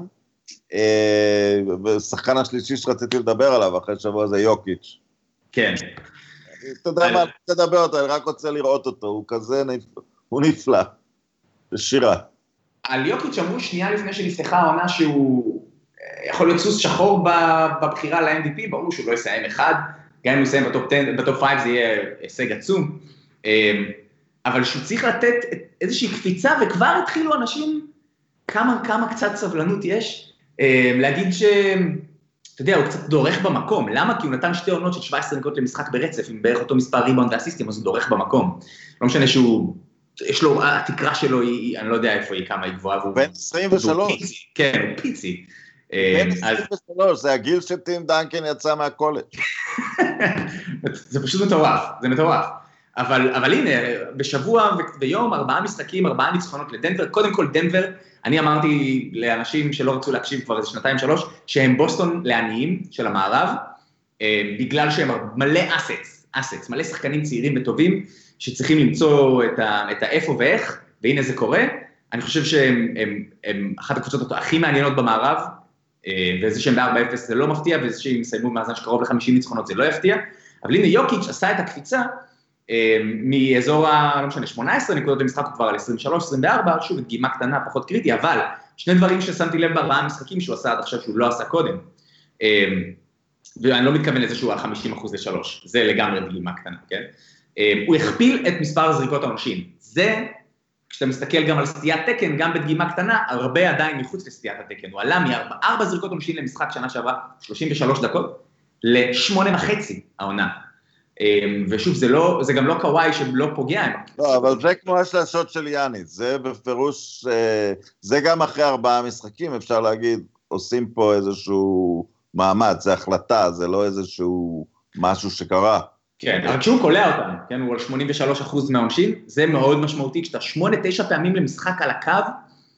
ושחקן השלישי שרציתי לדבר עליו, אחרי שבוע זה יוקיץ'. כן. אתה יודע מה, אני רוצה לדבר אותו, אני רק רוצה לראות אותו, הוא כזה, הוא נפלא, בשירה. על יוקיץ' אמרו שנייה לפני שנפתחה העונה שהוא יכול להיות סוס שחור בבחירה ל-אם וי פי, ברור שהוא לא יסיים אחד, גם אם הוא יסיים בטופ עשר, בטופ חמש זה יהיה הישג עצום, אבל שהוא צריך לתת איזושהי קפיצה, וכבר התחילו אנשים, כמה, כמה קצת סבלנות יש, להגיד ש... אתה יודע, הוא קצת דורך במקום, למה? כי הוא נתן שתי עונות של שבע עשרה נקודות למשחק ברצף, עם בערך אותו מספר ריבאונד ואסיסטים, אז הוא דורך במקום. לא משנה שהוא... יש לו, התקרה שלו היא, אני לא יודע איפה היא, כמה היא גבוהה, והוא... בן עשרים ושלוש. כן, הוא פיצי. בן עשרים ושלוש, זה הגיל שטים דנקן יצא מהקולג'. זה פשוט מטורף, זה מטורף. אבל, אבל הנה, בשבוע ויום, ארבעה משחקים, ארבעה ניצחונות לדנבר, קודם כל דנבר, אני אמרתי לאנשים שלא רצו להקשיב כבר איזה שנתיים שלוש, שהם בוסטון לעניים של המערב, בגלל שהם מלא אסטס, אסטס, מלא שחקנים צעירים וטובים, שצריכים למצוא את, ה, את האיפה ואיך, והנה זה קורה. אני חושב שהם הם, הם אחת הקבוצות הכי מעניינות במערב, וזה שהם ב-ארבע אפס זה לא מפתיע, וזה שהם סיימו מאזן שקרוב ל-חמישים ניצחונות זה לא יפתיע, אבל הנה יוקיץ' עשה את הקפיצה, מאזור ה... לא משנה, שמונה עשרה נקודות במשחק הוא כבר על עשרים ושלוש עשרים וארבע, שוב, את גימה קטנה, פחות קריטי, אבל שני דברים ששמתי לב בארבעה משחקים שהוא עשה עד עכשיו שהוא לא עשה קודם, ואני לא מתכוון לזה שהוא על חמישים אחוז לשלוש, זה לגמרי גימה קטנה, כן? הוא הכפיל את מספר הזריקות העונשין. זה, כשאתה מסתכל גם על סטיית תקן, גם בדגימה קטנה, הרבה עדיין מחוץ לסטיית התקן. הוא עלה מארבע, ארבע זריקות עונשין למשחק שנה שעברה, שלושים ושלוש דקות, לשמונה וחצי העונה. ושוב, זה לא, זה גם לא קוואי שלא פוגע. לא, אבל זה כמו השלשות של יאניס, זה בפירוש, זה גם אחרי ארבעה משחקים, אפשר להגיד, עושים פה איזשהו מעמד, זה החלטה, זה לא איזשהו משהו שקרה. כן, אבל כשהוא קולע אותם, כן, הוא על שמונים ושלושה אחוז מהעונשין, זה מאוד משמעותי, כשאתה שמונה תשע פעמים למשחק על הקו,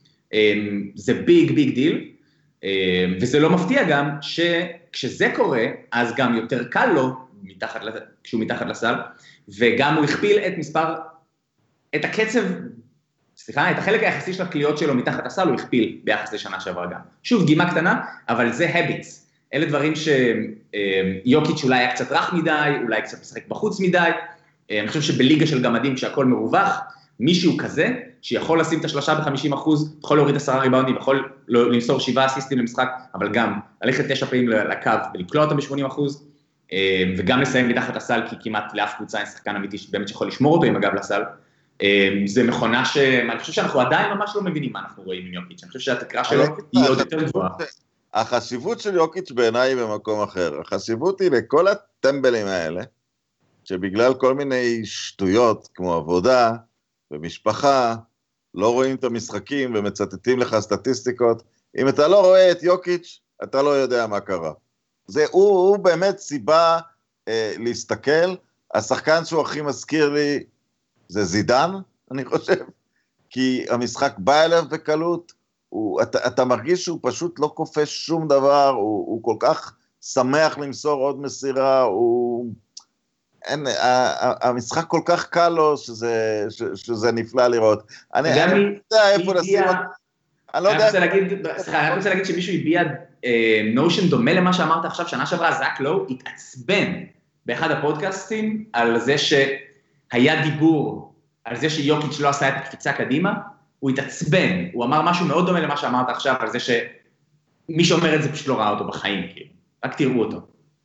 זה ביג ביג דיל, וזה לא מפתיע גם שכשזה קורה, אז גם יותר קל לו, מתחת, כשהוא מתחת לסל, וגם הוא הכפיל את מספר, את הקצב, סליחה, את החלק היחסי של הקליעות שלו מתחת לסל, הוא הכפיל ביחס לשנה שעברה גם. שוב, גימה קטנה, אבל זה habits. אלה דברים שיוקיץ' אולי היה קצת רך מדי, אולי קצת משחק בחוץ מדי, אני חושב שבליגה של גמדים כשהכל מרווח, מישהו כזה, שיכול לשים את השלושה ב-חמישים אחוז, יכול להוריד עשרה ריבאונדים, יכול למסור שבעה אסיסטים למשחק, אבל גם ללכת תשע פעמים לקו ולקלוע אותם ב-שמונים אחוז, וגם לסיים מתחת לסל, כי כמעט לאף קבוצה אין שחקן אמיתי שבאמת שיכול לשמור אותו עם הגב לסל, זה מכונה שאני חושב שאנחנו עדיין ממש לא מבינים מה אנחנו רואים עם יוקיץ', אני חושב שהתקרה שלו היא עוד יותר גבוהה. החשיבות של יוקיץ' בעיניי היא במקום אחר, החשיבות היא לכל הטמבלים האלה, שבגלל כל מיני שטויות כמו עבודה ומשפחה, לא רואים את המשחקים ומצטטים לך סטטיסטיקות, אם אתה לא רואה את יוקיץ', אתה לא יודע מה קרה. זה, הוא, הוא באמת סיבה אה, להסתכל, השחקן שהוא הכי מזכיר לי, זה זידן, אני חושב, כי המשחק בא אליו בקלות, הוא, אתה, אתה מרגיש שהוא פשוט לא כופש שום דבר, הוא, הוא כל כך שמח למסור עוד מסירה, הוא... אין, המשחק כל כך קל לו, שזה, שזה נפלא לראות. אני לא יודע איפה לשים אותו. אני לא יודע... אני רוצה להגיד שמישהו הביע נושן דומה למה שאמרת עכשיו, שנה שעברה, זאק לואו התעצבן באחד הפודקאסטים, על זה שהיה דיבור, על זה שיוקיץ' לא עשה את הקפיצה קדימה, הוא התעצבן, הוא אמר משהו מאוד דומה למה שאמרת עכשיו, על זה שמי שאומר את זה פשוט לא ראה אותו בחיים, כאילו. רק תראו אותו.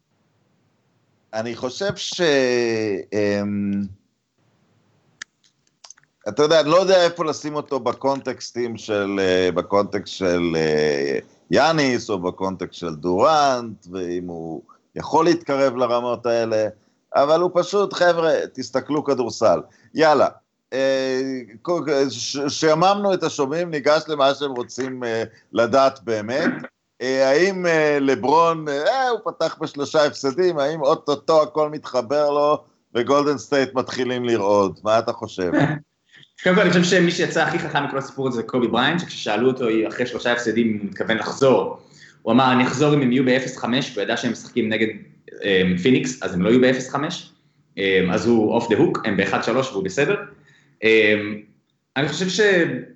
אני חושב ש... אתה יודע, אני לא יודע איפה לשים אותו בקונטקסטים של, בקונטקסט של יאניס, או בקונטקסט של דורנט, ואם הוא יכול להתקרב לרמות האלה, אבל הוא פשוט, חבר'ה, תסתכלו כדורסל. יאללה, שיממנו את השומעים, ניגש למה שהם רוצים לדעת באמת, האם לברון, אה, הוא פתח בשלושה הפסדים, האם אוטוטו הכל מתחבר לו, וגולדן סטייט מתחילים לראות, מה אתה חושב? קודם כל, אני חושב שמי שיצא הכי חכם מכל הסיפור הזה זה קובי בריינט, שכששאלו אותו אחרי שלושה הפסדים, הוא מתכוון לחזור, הוא אמר, אני אחזור אם הם יהיו ב-אפס חמש, הוא ידע שהם משחקים נגד um, פיניקס, אז הם לא יהיו ב-אפס חמש, um, אז הוא אוף דה הוק, הם ב-אחד שלוש והוא בסדר. Um, אני חושב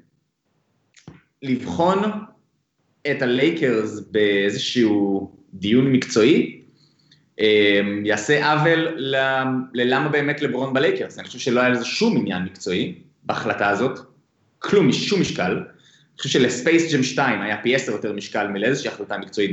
שלבחון את הלייקרס באיזשהו דיון מקצועי, um, יעשה עוול ללמה באמת לברון בלייקרס, אני חושב שלא היה לזה שום עניין מקצועי בהחלטה הזאת, כלום, שום משקל, אני חושב שלספייס ג'ם שתיים היה פי עשר יותר משקל מלאיזושהי החלטה מקצועית,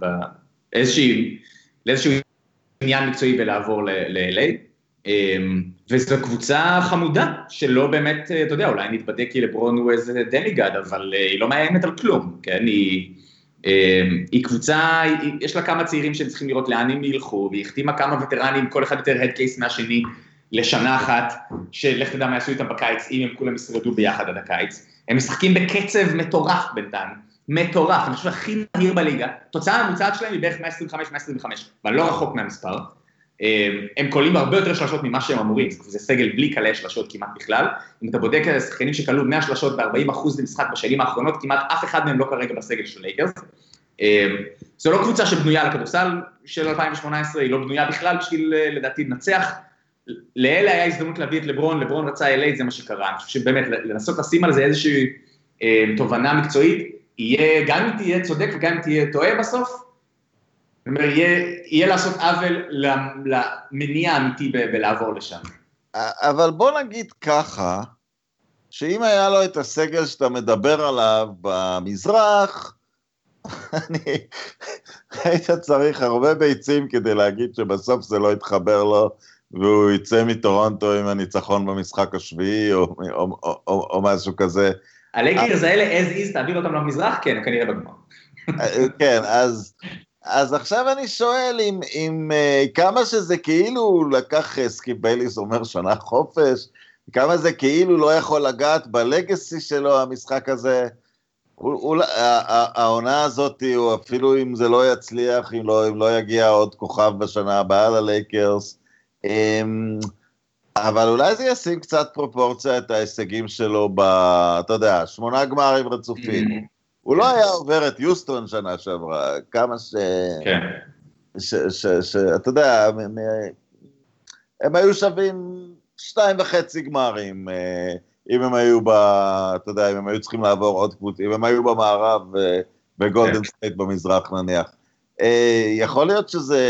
לאיזשהו עניין מקצועי ולעבור ל-אל איי, וזו קבוצה חמודה, שלא באמת, אתה יודע, אולי נתבדק כי לברון הוא איזה דמיגד, אבל היא לא מאיימת על כלום, כן, היא, היא קבוצה, יש לה כמה צעירים שהם צריכים לראות לאן הם ילכו, והיא החתימה כמה וטרנים, כל אחד יותר הדקייס מהשני, לשנה אחת, שלך תדע מה יעשו איתם בקיץ, אם הם כולם ישרדו ביחד עד הקיץ, הם משחקים בקצב מטורף בינתיים, מטורף, אני חושב הכי מהיר בליגה, תוצאה הממוצעת שלהם היא בערך מאה עשרים וחמש עד מאה עשרים וחמש, אבל לא רחוק מהמספר, הם קולים הרבה יותר שלשות ממה שהם אמורים, זה סגל בלי קלי שלשות כמעט בכלל, אם אתה בודק על השחקנים שקלו מאה שלשות ב-ארבעים אחוז למשחק בשנים האחרונות, כמעט אף אחד מהם לא כרגע בסגל של לייקרס, זו לא קבוצה שבנויה לכדורסל של אלפיים שמונה עשרה, היא לא בנויה בכלל בשביל לדעתי לנצח, לאלה היה הזדמנות להביא את לברון, לברון רצה אל איי, זה מה שקרה, אני חושב שבאמת לנסות לשים על זה איזושהי תובנה מקצועית, יהיה, גם אם תהיה צודק וגם אם תהיה טועה בסוף, זאת אומרת, יהיה, יהיה לעשות עוול למניע האמיתי בלעבור לשם. אבל בוא נגיד ככה, שאם היה לו את הסגל שאתה מדבר עליו במזרח, אני היית צריך הרבה ביצים כדי להגיד שבסוף זה לא יתחבר לו, והוא יצא מטורונטו עם הניצחון במשחק השביעי, או, או, או, או, או משהו כזה. הלייקרס האלה, as is, תעביר אותם למזרח? כן, כנראה בגמר. כן, אז, אז עכשיו אני שואל, אם, אם כמה שזה כאילו לקח, סקיפ בייליס אומר שנה חופש, כמה זה כאילו לא יכול לגעת בלגסי שלו, המשחק הזה, העונה הזאת, אפילו אם זה לא יצליח, אם לא, אם לא יגיע עוד כוכב בשנה הבאה ללייקרס, אבל אולי זה ישים קצת פרופורציה את ההישגים שלו ב, אתה יודע, שמונה גמרים רצופים. הוא לא היה עובר את יוסטון שנה שעברה, כמה ש... כן. ש, ש, ש, אתה יודע, הם היו שווים שתיים וחצי גמרים, אם הם היו ב... אתה יודע, אם הם היו צריכים לעבור עוד קבוצה, אם הם היו במערב בגולדן סטייט במזרח נניח. יכול להיות שזה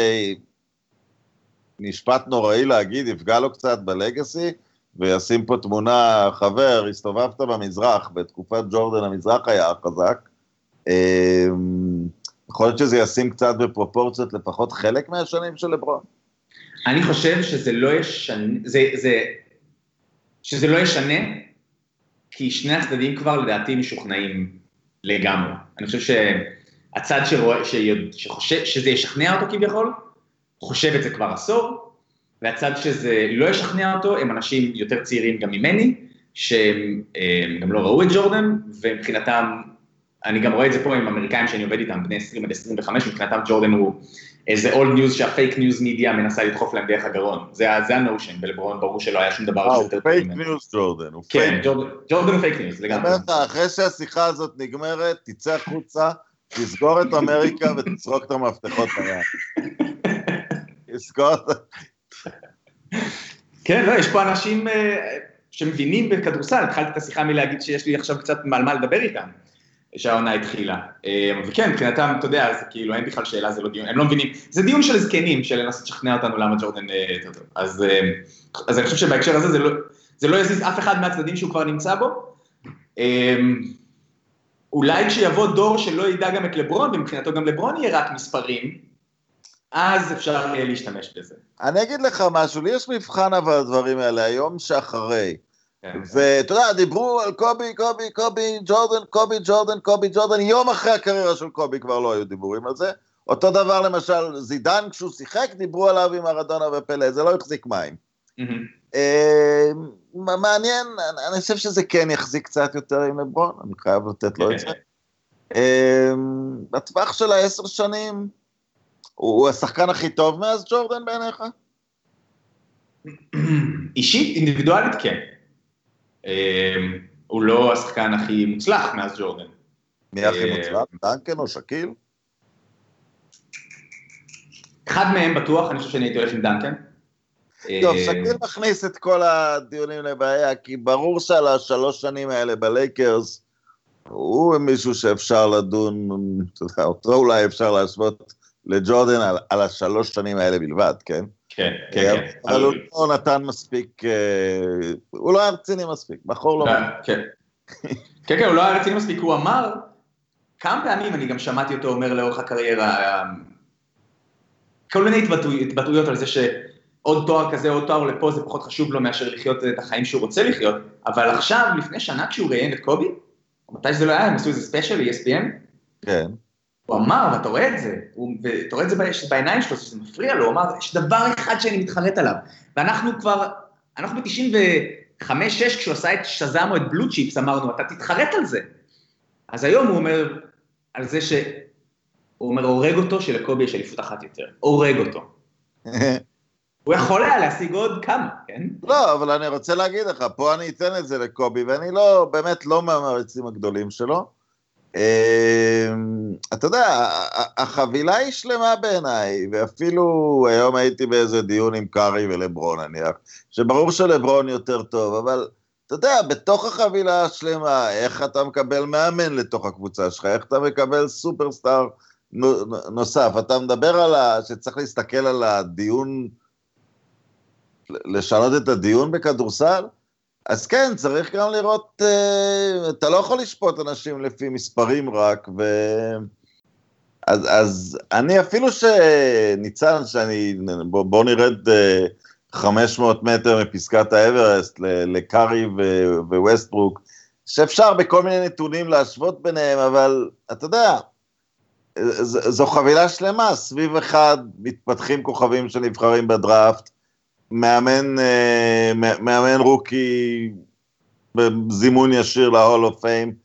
נשפט נוראי להגיד, יפגע לו קצת בלגאסי, וישים פה תמונה, חבר, הסתובבת במזרח, בתקופת ג'ורדן המזרח היה חזק, יכול להיות שזה ישים קצת בפרופורציות לפחות חלק מהשנים של לברון? אני חושב שזה לא ישנה, זה, זה, שזה לא ישנה, כי שני הצדדים כבר לדעתי משוכנעים לגמרי. אני חושב שהצד שרואה, שחושב, שזה ישכנע אותו כביכול, חושב את זה כבר עשור, והצד שזה לא ישכנע אותו, הם אנשים יותר צעירים גם ממני, שהם גם לא ראו את ג'ורדן, ומבחינתם, אני גם רואה את זה פה עם אמריקאים שאני עובד איתם, בני עשרים עד עשרים וחמש, מבחינתם ג'ורדן הוא איזה אולד ניוז שהפייק ניוז מידיה מנסה לדחוף להם דרך הגרון. זה הנושן, בלברון ברור שלא היה שום דבר הוא פייק ניוז ג'ורדן. כן, ג'ורדן הוא פייק ניוז, לגמרי. אחרי שהשיחה הזאת נגמרת, תצא החוצה, תסגור את אמריקה ותצרוק את המפתחות ביד. תסגור את... כן, לא, יש פה אנשים שמבינים בכדורסל, התחלתי את השיחה מלהגיד שיש לי עכשיו קצת על מה לדבר איתם. שהעונה התחילה, וכן, מבחינתם, אתה יודע, זה כאילו, אין בכלל שאלה, זה לא דיון, הם לא מבינים, זה דיון של זקנים, של לנסות לשכנע אותנו למה ג'ורדן יותר טוב, אז, אז אני חושב שבהקשר הזה, זה לא, זה לא יזיז אף אחד מהצדדים שהוא כבר נמצא בו, אולי כשיבוא דור שלא ידע גם את לברון, ומבחינתו גם לברון יהיה רק מספרים, אז אפשר להשתמש בזה. אני אגיד לך משהו, לי יש מבחן אבל הדברים האלה, היום שאחרי, ואתה יודע, דיברו על קובי, קובי, קובי, ג'ורדן, קובי, ג'ורדן, קובי, ג'ורדן, יום אחרי הקריירה של קובי כבר לא היו דיבורים על זה, אותו דבר למשל, זידן כשהוא שיחק, דיברו עליו עם ארדונה ופלא, זה לא החזיק מים. מעניין, אני חושב שזה כן יחזיק קצת יותר עם לברון, אני חייב לתת לו את זה. בטווח של העשר שנים, הוא השחקן הכי טוב מאז ג'ורדן בעיניך? אישית, אינדיבידואלית, כן. הוא לא השחקן הכי מוצלח מאז ג'ורדן. מי הכי מוצלח? דנקן או שקיל? אחד מהם בטוח, אני חושב שאני הייתי הולך עם דנקן. טוב, שקיל מכניס את כל הדיונים לבעיה, כי ברור שעל השלוש שנים האלה בלייקרס, הוא מישהו שאפשר לדון, אותו אולי אפשר להשוות לג'ורדן על, על השלוש שנים האלה בלבד, כן? כן, כן, כן. אבל הוא לא נתן מספיק, הוא לא היה רציני מספיק, בחור לא... כן, כן, כן, הוא לא היה רציני מספיק, הוא אמר, כמה פעמים אני גם שמעתי אותו אומר לאורך הקריירה, כל מיני התבטאויות על זה שעוד תואר כזה, עוד תואר לפה, זה פחות חשוב לו מאשר לחיות את החיים שהוא רוצה לחיות, אבל עכשיו, לפני שנה כשהוא ראיין את קובי, מתי שזה לא היה, הם עשו איזה ספיישל, E S P N? כן. הוא אמר, ואתה רואה את זה, ואתה רואה את זה בעיניים שלו, שזה מפריע לו, הוא אמר, יש דבר אחד שאני מתחרט עליו, ואנחנו כבר, אנחנו ב-תשעים וחמש שש, כשהוא עשה את שזם או את בלו צ'יפס, אמרנו, אתה תתחרט על זה. אז היום הוא אומר, על זה ש... הוא אומר, הורג אותו שלקובי יש אליפות אחת יותר, הורג אותו. הוא יכול היה להשיג עוד כמה, כן? לא, אבל אני רוצה להגיד לך, פה אני אתן את זה לקובי, ואני לא, באמת לא מהמעריצים הגדולים שלו, אתה יודע, החבילה היא שלמה בעיניי, ואפילו היום הייתי באיזה דיון עם קארי ולברון, נניח, שברור שלברון יותר טוב, אבל אתה יודע, בתוך החבילה השלמה, איך אתה מקבל מאמן לתוך הקבוצה שלך, איך אתה מקבל סופרסטאר נוסף, אתה מדבר על ה... שצריך להסתכל על הדיון, לשנות את הדיון בכדורסל, אז כן, צריך גם לראות, אתה לא יכול לשפוט אנשים לפי מספרים רק, ו... אז, אז אני אפילו שניצן, שאני, בוא, בוא נרד חמש מאות מטר מפסקת האברסט לקארי וווסטברוק, שאפשר בכל מיני נתונים להשוות ביניהם, אבל אתה יודע, זו חבילה שלמה, סביב אחד מתפתחים כוכבים שנבחרים בדראפט, מאמן, מאמן רוקי בזימון ישיר להול אוף פיים,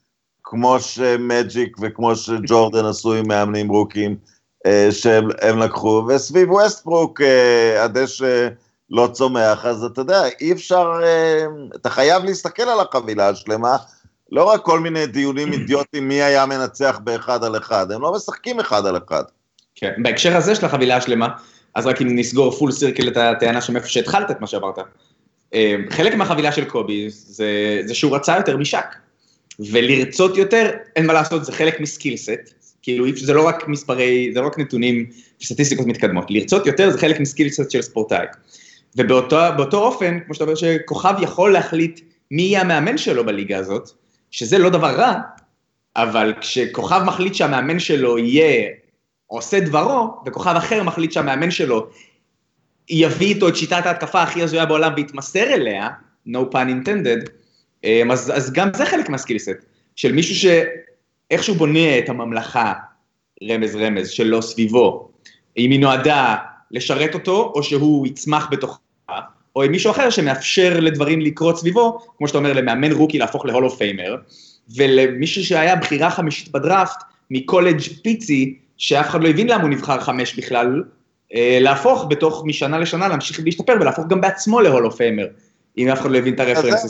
כמו שמג'יק וכמו שג'ורדן עשו עם מאמנים רוקים שהם לקחו, וסביב ווסטברוק הדשא לא צומח, אז אתה יודע, אי אפשר, אתה חייב להסתכל על החבילה השלמה, לא רק כל מיני דיונים אידיוטיים מי היה מנצח באחד על אחד, הם לא משחקים אחד על אחד. כן, בהקשר הזה של החבילה השלמה, אז רק אם נסגור פול סירקל את הטענה שמאיפה שהתחלת את מה שעברת, חלק מהחבילה של קובי זה, זה שהוא רצה יותר משק, ולרצות יותר, אין מה לעשות, זה חלק מסקילסט, כאילו זה לא רק מספרי, זה לא רק נתונים וסטטיסטיקות מתקדמות, לרצות יותר זה חלק מסקילסט של ספורטאי, ובאותו באותו אופן, כמו שאתה אומר שכוכב יכול להחליט מי יהיה המאמן שלו בליגה הזאת, שזה לא דבר רע, אבל כשכוכב מחליט שהמאמן שלו יהיה עושה דברו, וכוכב אחר מחליט שהמאמן שלו יביא איתו את שיטת ההתקפה הכי הזויה בעולם והתמסר אליה, no pun intended, אז, אז גם זה חלק מהסקילסט, של מישהו שאיכשהו בונה את הממלכה, רמז רמז, שלו סביבו, אם היא נועדה לשרת אותו, או שהוא יצמח בתוכה, או עם מישהו אחר שמאפשר לדברים לקרות סביבו, כמו שאתה אומר, למאמן רוקי להפוך להול אוף פיימר, ולמישהו שהיה בחירה חמישית בדראפט, מקולג' פיצי, שאף אחד לא הבין למה הוא נבחר חמש בכלל, להפוך בתוך משנה לשנה, להמשיך להשתפר, ולהפוך גם בעצמו להול אוף פיימר, אם אף אחד לא הבין את הרפרנסס.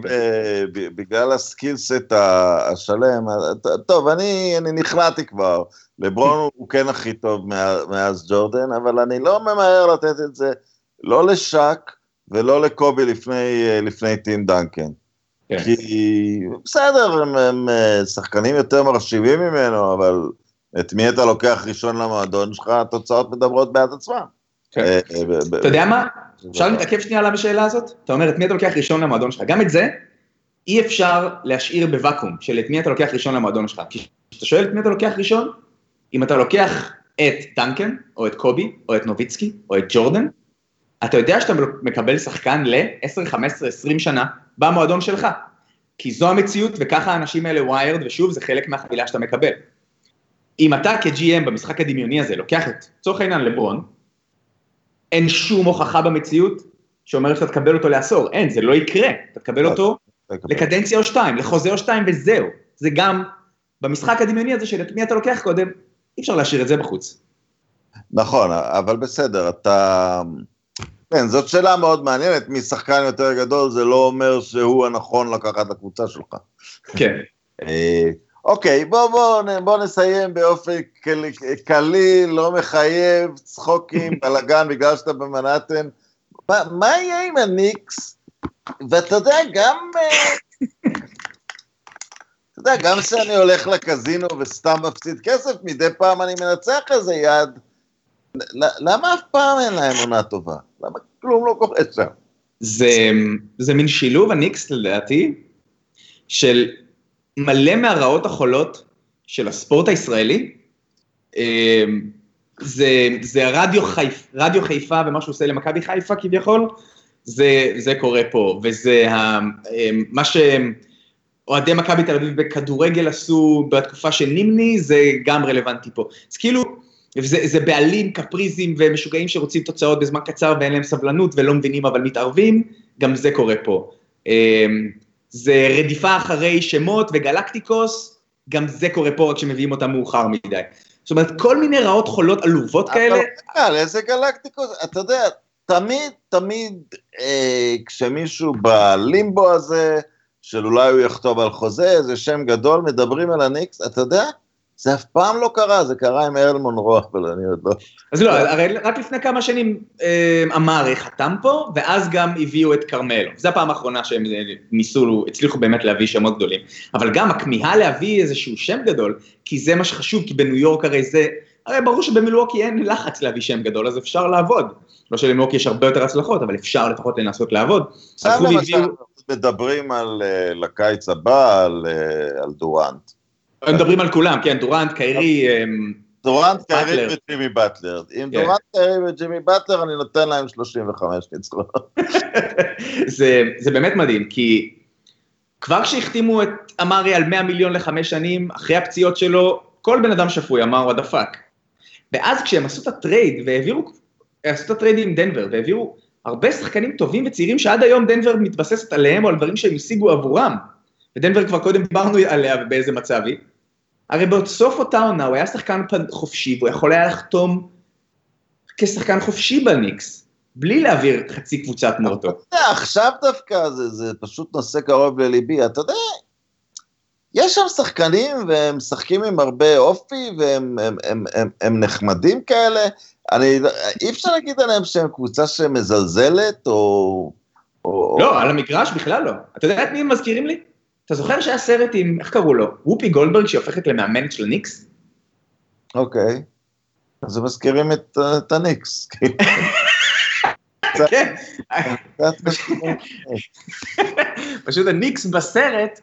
בגלל הסקילסט השלם, טוב, אני נכנעתי כבר, לברון הוא כן הכי טוב מאז ג'ורדן, אבל אני לא ממהר לתת את זה, לא לשק ולא לקובי לפני טים דנקן. כי בסדר, הם שחקנים יותר מרשיבים ממנו, אבל את מי אתה לוקח ראשון למועדון שלך, התוצאות מדברות בעד עצמם. אתה יודע מה? אפשר להתעכב שנייה עליו בשאלה הזאת? אתה אומר, את מי אתה לוקח ראשון למועדון שלך? גם את זה אי אפשר להשאיר בוואקום, של את מי אתה לוקח ראשון למועדון שלך. כי כשאתה שואל את מי אתה לוקח ראשון, אם אתה לוקח את דנקן, או את קובי, או את נוביצקי, או את ג'ורדן, אתה יודע שאתה מקבל שחקן ל-עשר, חמש עשרה, עשרים שנה במועדון שלך. כי זו המציאות, וככה האנשים האלה וויירד, ושוב, זה חלק מהחבילה שאתה מקבל. אם אתה כ-ג'י אם במשחק הדמיוני הזה, לוקח את צורך העניין לברון, אין שום הוכחה במציאות שאומרת שאתה תקבל אותו לעשור. אין, זה לא יקרה. אתה תקבל אותו לקדנציה או שתיים, לחוזה או שתיים, וזהו. זה גם במשחק הדמיוני הזה של את מי אתה לוקח קודם, אי אפשר להשאיר את זה בחוץ. נכון, אבל בסדר, אתה... כן, זאת שאלה מאוד מעניינת, מי שחקן יותר גדול, זה לא אומר שהוא הנכון לקחת לקבוצה שלך. כן. אוקיי, בוא, בוא, בוא נסיים באופן קליל, לא מחייב, צחוקים, בלגן, בגלל שאתה במנהטן. מה, מה יהיה עם הניקס? ואתה יודע, גם... אתה יודע, גם שאני הולך לקזינו וסתם מפסיד כסף, מדי פעם אני מנצח איזה יד. למה אף פעם אין להם עונה טובה? למה כלום לא קורה שם? זה, זה מין שילוב הניקס, לדעתי, של מלא מהרעות החולות של הספורט הישראלי. זה, זה רדיו חיפה, רדיו חיפה ומה שהוא עושה למכבי חיפה כביכול, זה, זה קורה פה, וזה מה שאוהדי מכבי תל אביב בכדורגל עשו בתקופה של נימני, זה גם רלוונטי פה. אז כאילו, זה, זה בעלים, קפריזים ומשוגעים שרוצים תוצאות בזמן קצר ואין להם סבלנות ולא מבינים אבל מתערבים, גם זה קורה פה. זה רדיפה אחרי שמות וגלקטיקוס, גם זה קורה פה רק שמביאים אותם מאוחר מדי. זאת אומרת, כל מיני רעות חולות עלובות כאלה. אבל איזה גלקטיקוס, אתה יודע, תמיד, תמיד, אה, כשמישהו בלימבו הזה, של אולי הוא יכתוב על חוזה, זה שם גדול, מדברים על הניקס, אתה יודע? זה אף פעם לא קרה, זה קרה עם ארל מונרו, אבל אני עוד לא... אז לא, הרי רק לפני כמה שנים אמרי חתם פה, ואז גם הביאו את קרמלו. זו הפעם האחרונה שהם ניסו, הצליחו באמת להביא שמות גדולים. אבל גם הכמיהה להביא איזשהו שם גדול, כי זה מה שחשוב, כי בניו יורק הרי זה... הרי ברור שבמילווקי אין לחץ להביא שם גדול, אז אפשר לעבוד. לא שלמילווקי יש הרבה יותר הצלחות, אבל אפשר לפחות לנסות לעבוד. מדברים על לקיץ הבא, על דורנט. הם מדברים על כולם, כן, דורנט, קיירי, דורנט, קיירי וג'ימי באטלר. אם דורנט, קיירי וג'ימי באטלר, אני נותן להם שלושים וחמש ניצחונות. זה באמת מדהים, כי כבר כשהחתימו את אמרי על מאה מיליון לחמש שנים, אחרי הפציעות שלו, כל בן אדם שפוי אמר, הוא הדפק. ואז כשהם עשו את הטרייד, והעבירו, עשו את הטרייד עם דנבר, והעבירו הרבה שחקנים טובים וצעירים, שעד היום דנבר מתבססת עליהם, או על דברים שהם השיגו עבורם. ודנבר כבר קודם דיברנו עליה ובאיזה מצב היא, הרי בסוף אותה עונה הוא היה שחקן חופשי, והוא יכול היה לחתום כשחקן חופשי בניקס, בלי להעביר חצי קבוצת מורטו. עכשיו דווקא זה, זה פשוט נושא קרוב לליבי, אתה יודע, יש שם שחקנים והם משחקים עם הרבה אופי, והם הם, הם, הם, הם נחמדים כאלה, אני, אי אפשר להגיד עליהם שהם קבוצה שמזלזלת, או... או לא, או... על המגרש בכלל לא. אתה יודע את מי הם מזכירים לי? אתה זוכר שהיה סרט עם, איך קראו לו? וופי גולדברג שהופכת למאמנת של הניקס? אוקיי. אז הם מזכירים את, את הניקס. כן. פשוט הניקס בסרט,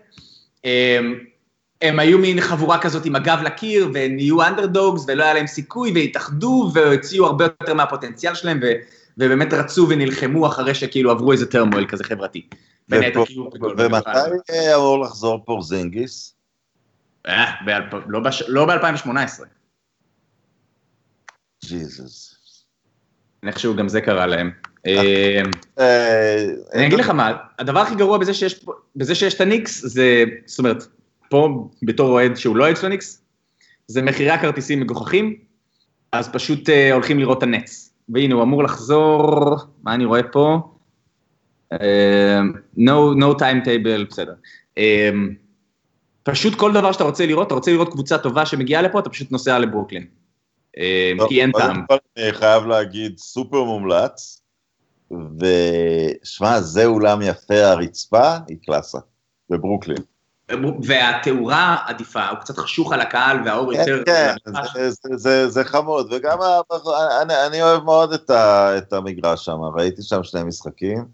הם היו מין חבורה כזאת עם הגב לקיר, ונהיו אנדרדוגס, ולא היה להם סיכוי, והתאחדו, והציעו הרבה יותר מהפוטנציאל שלהם, ובאמת רצו ונלחמו אחרי שכאילו עברו איזה טרמואל כזה חברתי. ומתי אמור לחזור פורזינגיס? לא ב-אלפיים שמונה עשרה. ג'יזוס. איכשהו גם זה קרה להם. אני אגיד לך מה, הדבר הכי גרוע בזה שיש את הניקס, זה, זאת אומרת, פה בתור אוהד שהוא לא אוהד של הניקס, זה מחירי הכרטיסים מגוחכים, אז פשוט הולכים לראות את הנץ. והנה, הוא אמור לחזור, מה אני רואה פה? no, no timetable, בסדר. פשוט כל דבר שאתה רוצה לראות, אתה רוצה לראות קבוצה טובה שמגיעה לפה, אתה פשוט נוסע לברוקלין. כי אין טעם. אני חייב להגיד סופר מומלץ, ושמע, זה אולם יפה, הרצפה היא קלאסה, בברוקלין. והתאורה עדיפה, הוא קצת חשוך על הקהל, והאור יותר... כן, זה חמוד, וגם אני אוהב מאוד את המגרש שם, ראיתי שם שני משחקים.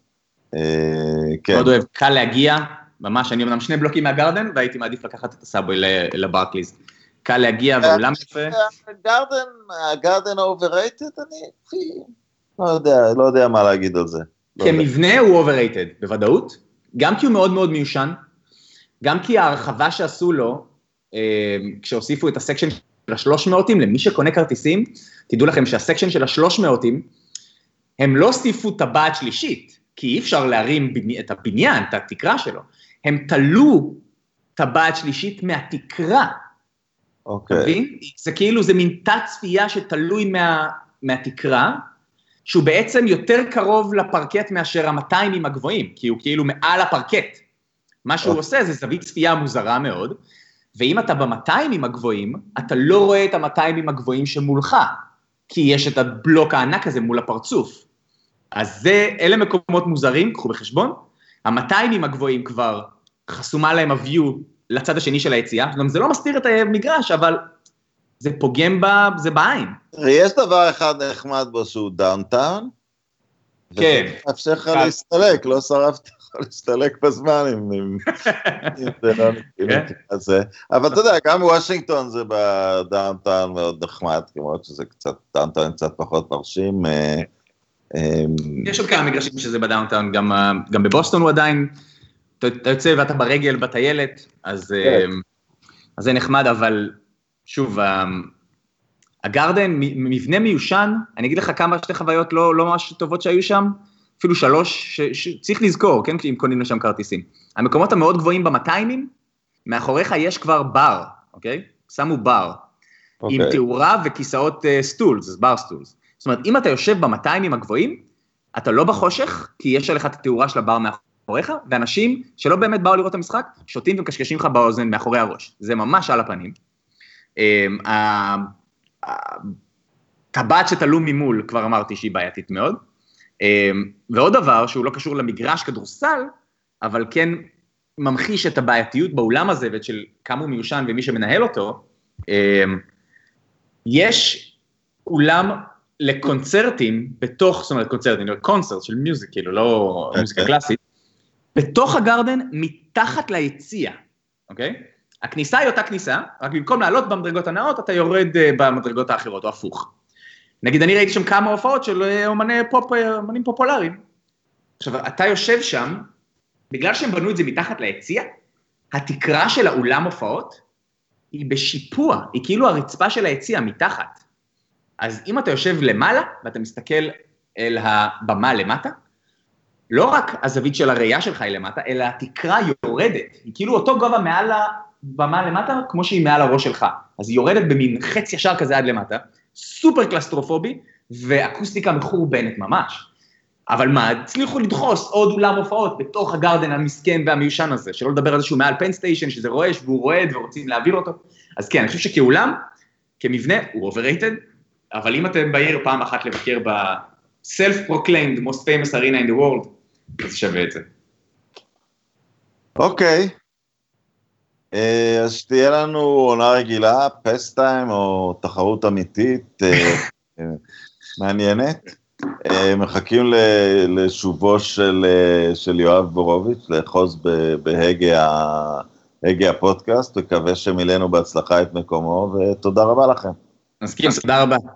מאוד אוהב, קל להגיע, ממש, אני אמנם שני בלוקים מהגרדן, והייתי מעדיף לקחת את הסאבווי לברקליז. קל להגיע, ואולם יפה. הגרדן, הגרדן אובררייטד, אני לא יודע, לא יודע מה להגיד על זה. כמבנה הוא אובררייטד, בוודאות, גם כי הוא מאוד מאוד מיושן, גם כי ההרחבה שעשו לו, כשהוסיפו את הסקשן של השלוש מאותים, למי שקונה כרטיסים, תדעו לכם שהסקשן של השלוש מאותים, הם לא הוסיפו טבעת שלישית, כי אי אפשר להרים את הבניין, את התקרה שלו, הם תלו טבעת שלישית מהתקרה, אוקיי. זה כאילו, זה מין תת צפייה שתלוי מה, מהתקרה, שהוא בעצם יותר קרוב לפרקט מאשר ה-מאתיים עם הגבוהים, כי הוא כאילו מעל הפרקט. מה שהוא עושה זה זווית צפייה מוזרה מאוד, ואם אתה ב-מאתיים עם הגבוהים, אתה לא רואה את ה-מאתיים עם הגבוהים שמולך, כי יש את הבלוק הענק הזה מול הפרצוף. אז זה, אלה מקומות מוזרים, קחו בחשבון, ה-מאתיים עם הגבוהים כבר חסומה להם ה-view לצד השני של היציאה, גם זה לא מסתיר את המגרש, אבל זה פוגם בה, זה בעין. יש דבר אחד נחמד בו שהוא דאונטאון, כן. וזה מאפשר לך להסתלק, לא שרפת לך להסתלק בזמן עם זה לא נקרא כזה. אבל אתה יודע, גם וושינגטון זה בדאונטאון מאוד נחמד, כמו שזה קצת, דאונטאון קצת פחות מרשים. יש עוד כמה מגרשים שזה בדאונטאון, גם בבוסטון הוא עדיין, אתה יוצא ואתה ברגל, בטיילת, אז זה נחמד, אבל שוב, הגרדן, מבנה מיושן, אני אגיד לך כמה שתי חוויות לא, לא ממש טובות שהיו שם, אפילו שלוש, שצריך לזכור, כן, אם קונים לשם כרטיסים. המקומות המאוד גבוהים ב-מאתיים, מאחוריך יש כבר בר, אוקיי? שמו בר, אוקיי. עם תאורה וכיסאות uh, סטולס, בר סטולס. זאת אומרת, אם אתה יושב ב-מאתיים עם הגבוהים, אתה לא בחושך, כי יש עליך את התאורה של הבר מאחוריך, ואנשים שלא באמת באו לראות את המשחק, שותים ומקשקשים לך באוזן מאחורי הראש. זה ממש על הפנים. הטבעת שתלו ממול, כבר אמרתי שהיא בעייתית מאוד, ועוד דבר שהוא לא קשור למגרש כדורסל, אבל כן ממחיש את הבעייתיות באולם הזה, ושל כמה הוא מיושן ומי שמנהל אותו, יש אולם לקונצרטים, בתוך, זאת אומרת קונצרטים, קונצרט של מיוזיק, כאילו לא מוזיקה קלאסית, בתוך הגרדן, מתחת ליציאה, אוקיי? הכניסה היא אותה כניסה, רק במקום לעלות במדרגות הנאות, אתה יורד במדרגות האחרות, או הפוך. נגיד, אני ראיתי שם כמה הופעות של אומני פופ, אומנים פופולריים. עכשיו, אתה יושב שם, בגלל שהם בנו את זה מתחת ליציאה, התקרה של האולם הופעות, היא בשיפוע, היא כאילו הרצפה של היציאה מתחת. אז אם אתה יושב למעלה, ואתה מסתכל אל הבמה למטה, לא רק הזווית של הראייה שלך היא למטה, אלא התקרה יורדת, היא כאילו אותו גובה מעל הבמה למטה, כמו שהיא מעל הראש שלך, אז היא יורדת במין חץ ישר כזה עד למטה, סופר קלסטרופובי, ואקוסטיקה מחורבנת ממש. אבל מה, הצליחו לדחוס עוד אולם הופעות בתוך הגרדן המסכן והמיושן הזה, שלא לדבר על זה שהוא מעל פן סטיישן, שזה רועש והוא רועד ורוצים להעביר אותו. אז כן, אני חושב שכאולם, כמבנה, הוא overrated, אבל אם אתם בעיר פעם אחת לבקר ב-self-proclaimed most famous arena in the world, אז שווה את זה. אוקיי. אז שתהיה לנו עונה רגילה, פסטיים או תחרות אמיתית מעניינת. מחכים לשובו של, של יואב בורוביץ' לאחוז בהגה הפודקאסט, וקווה שמילאנו בהצלחה את מקומו, ותודה רבה לכם. מסכים, תודה רבה.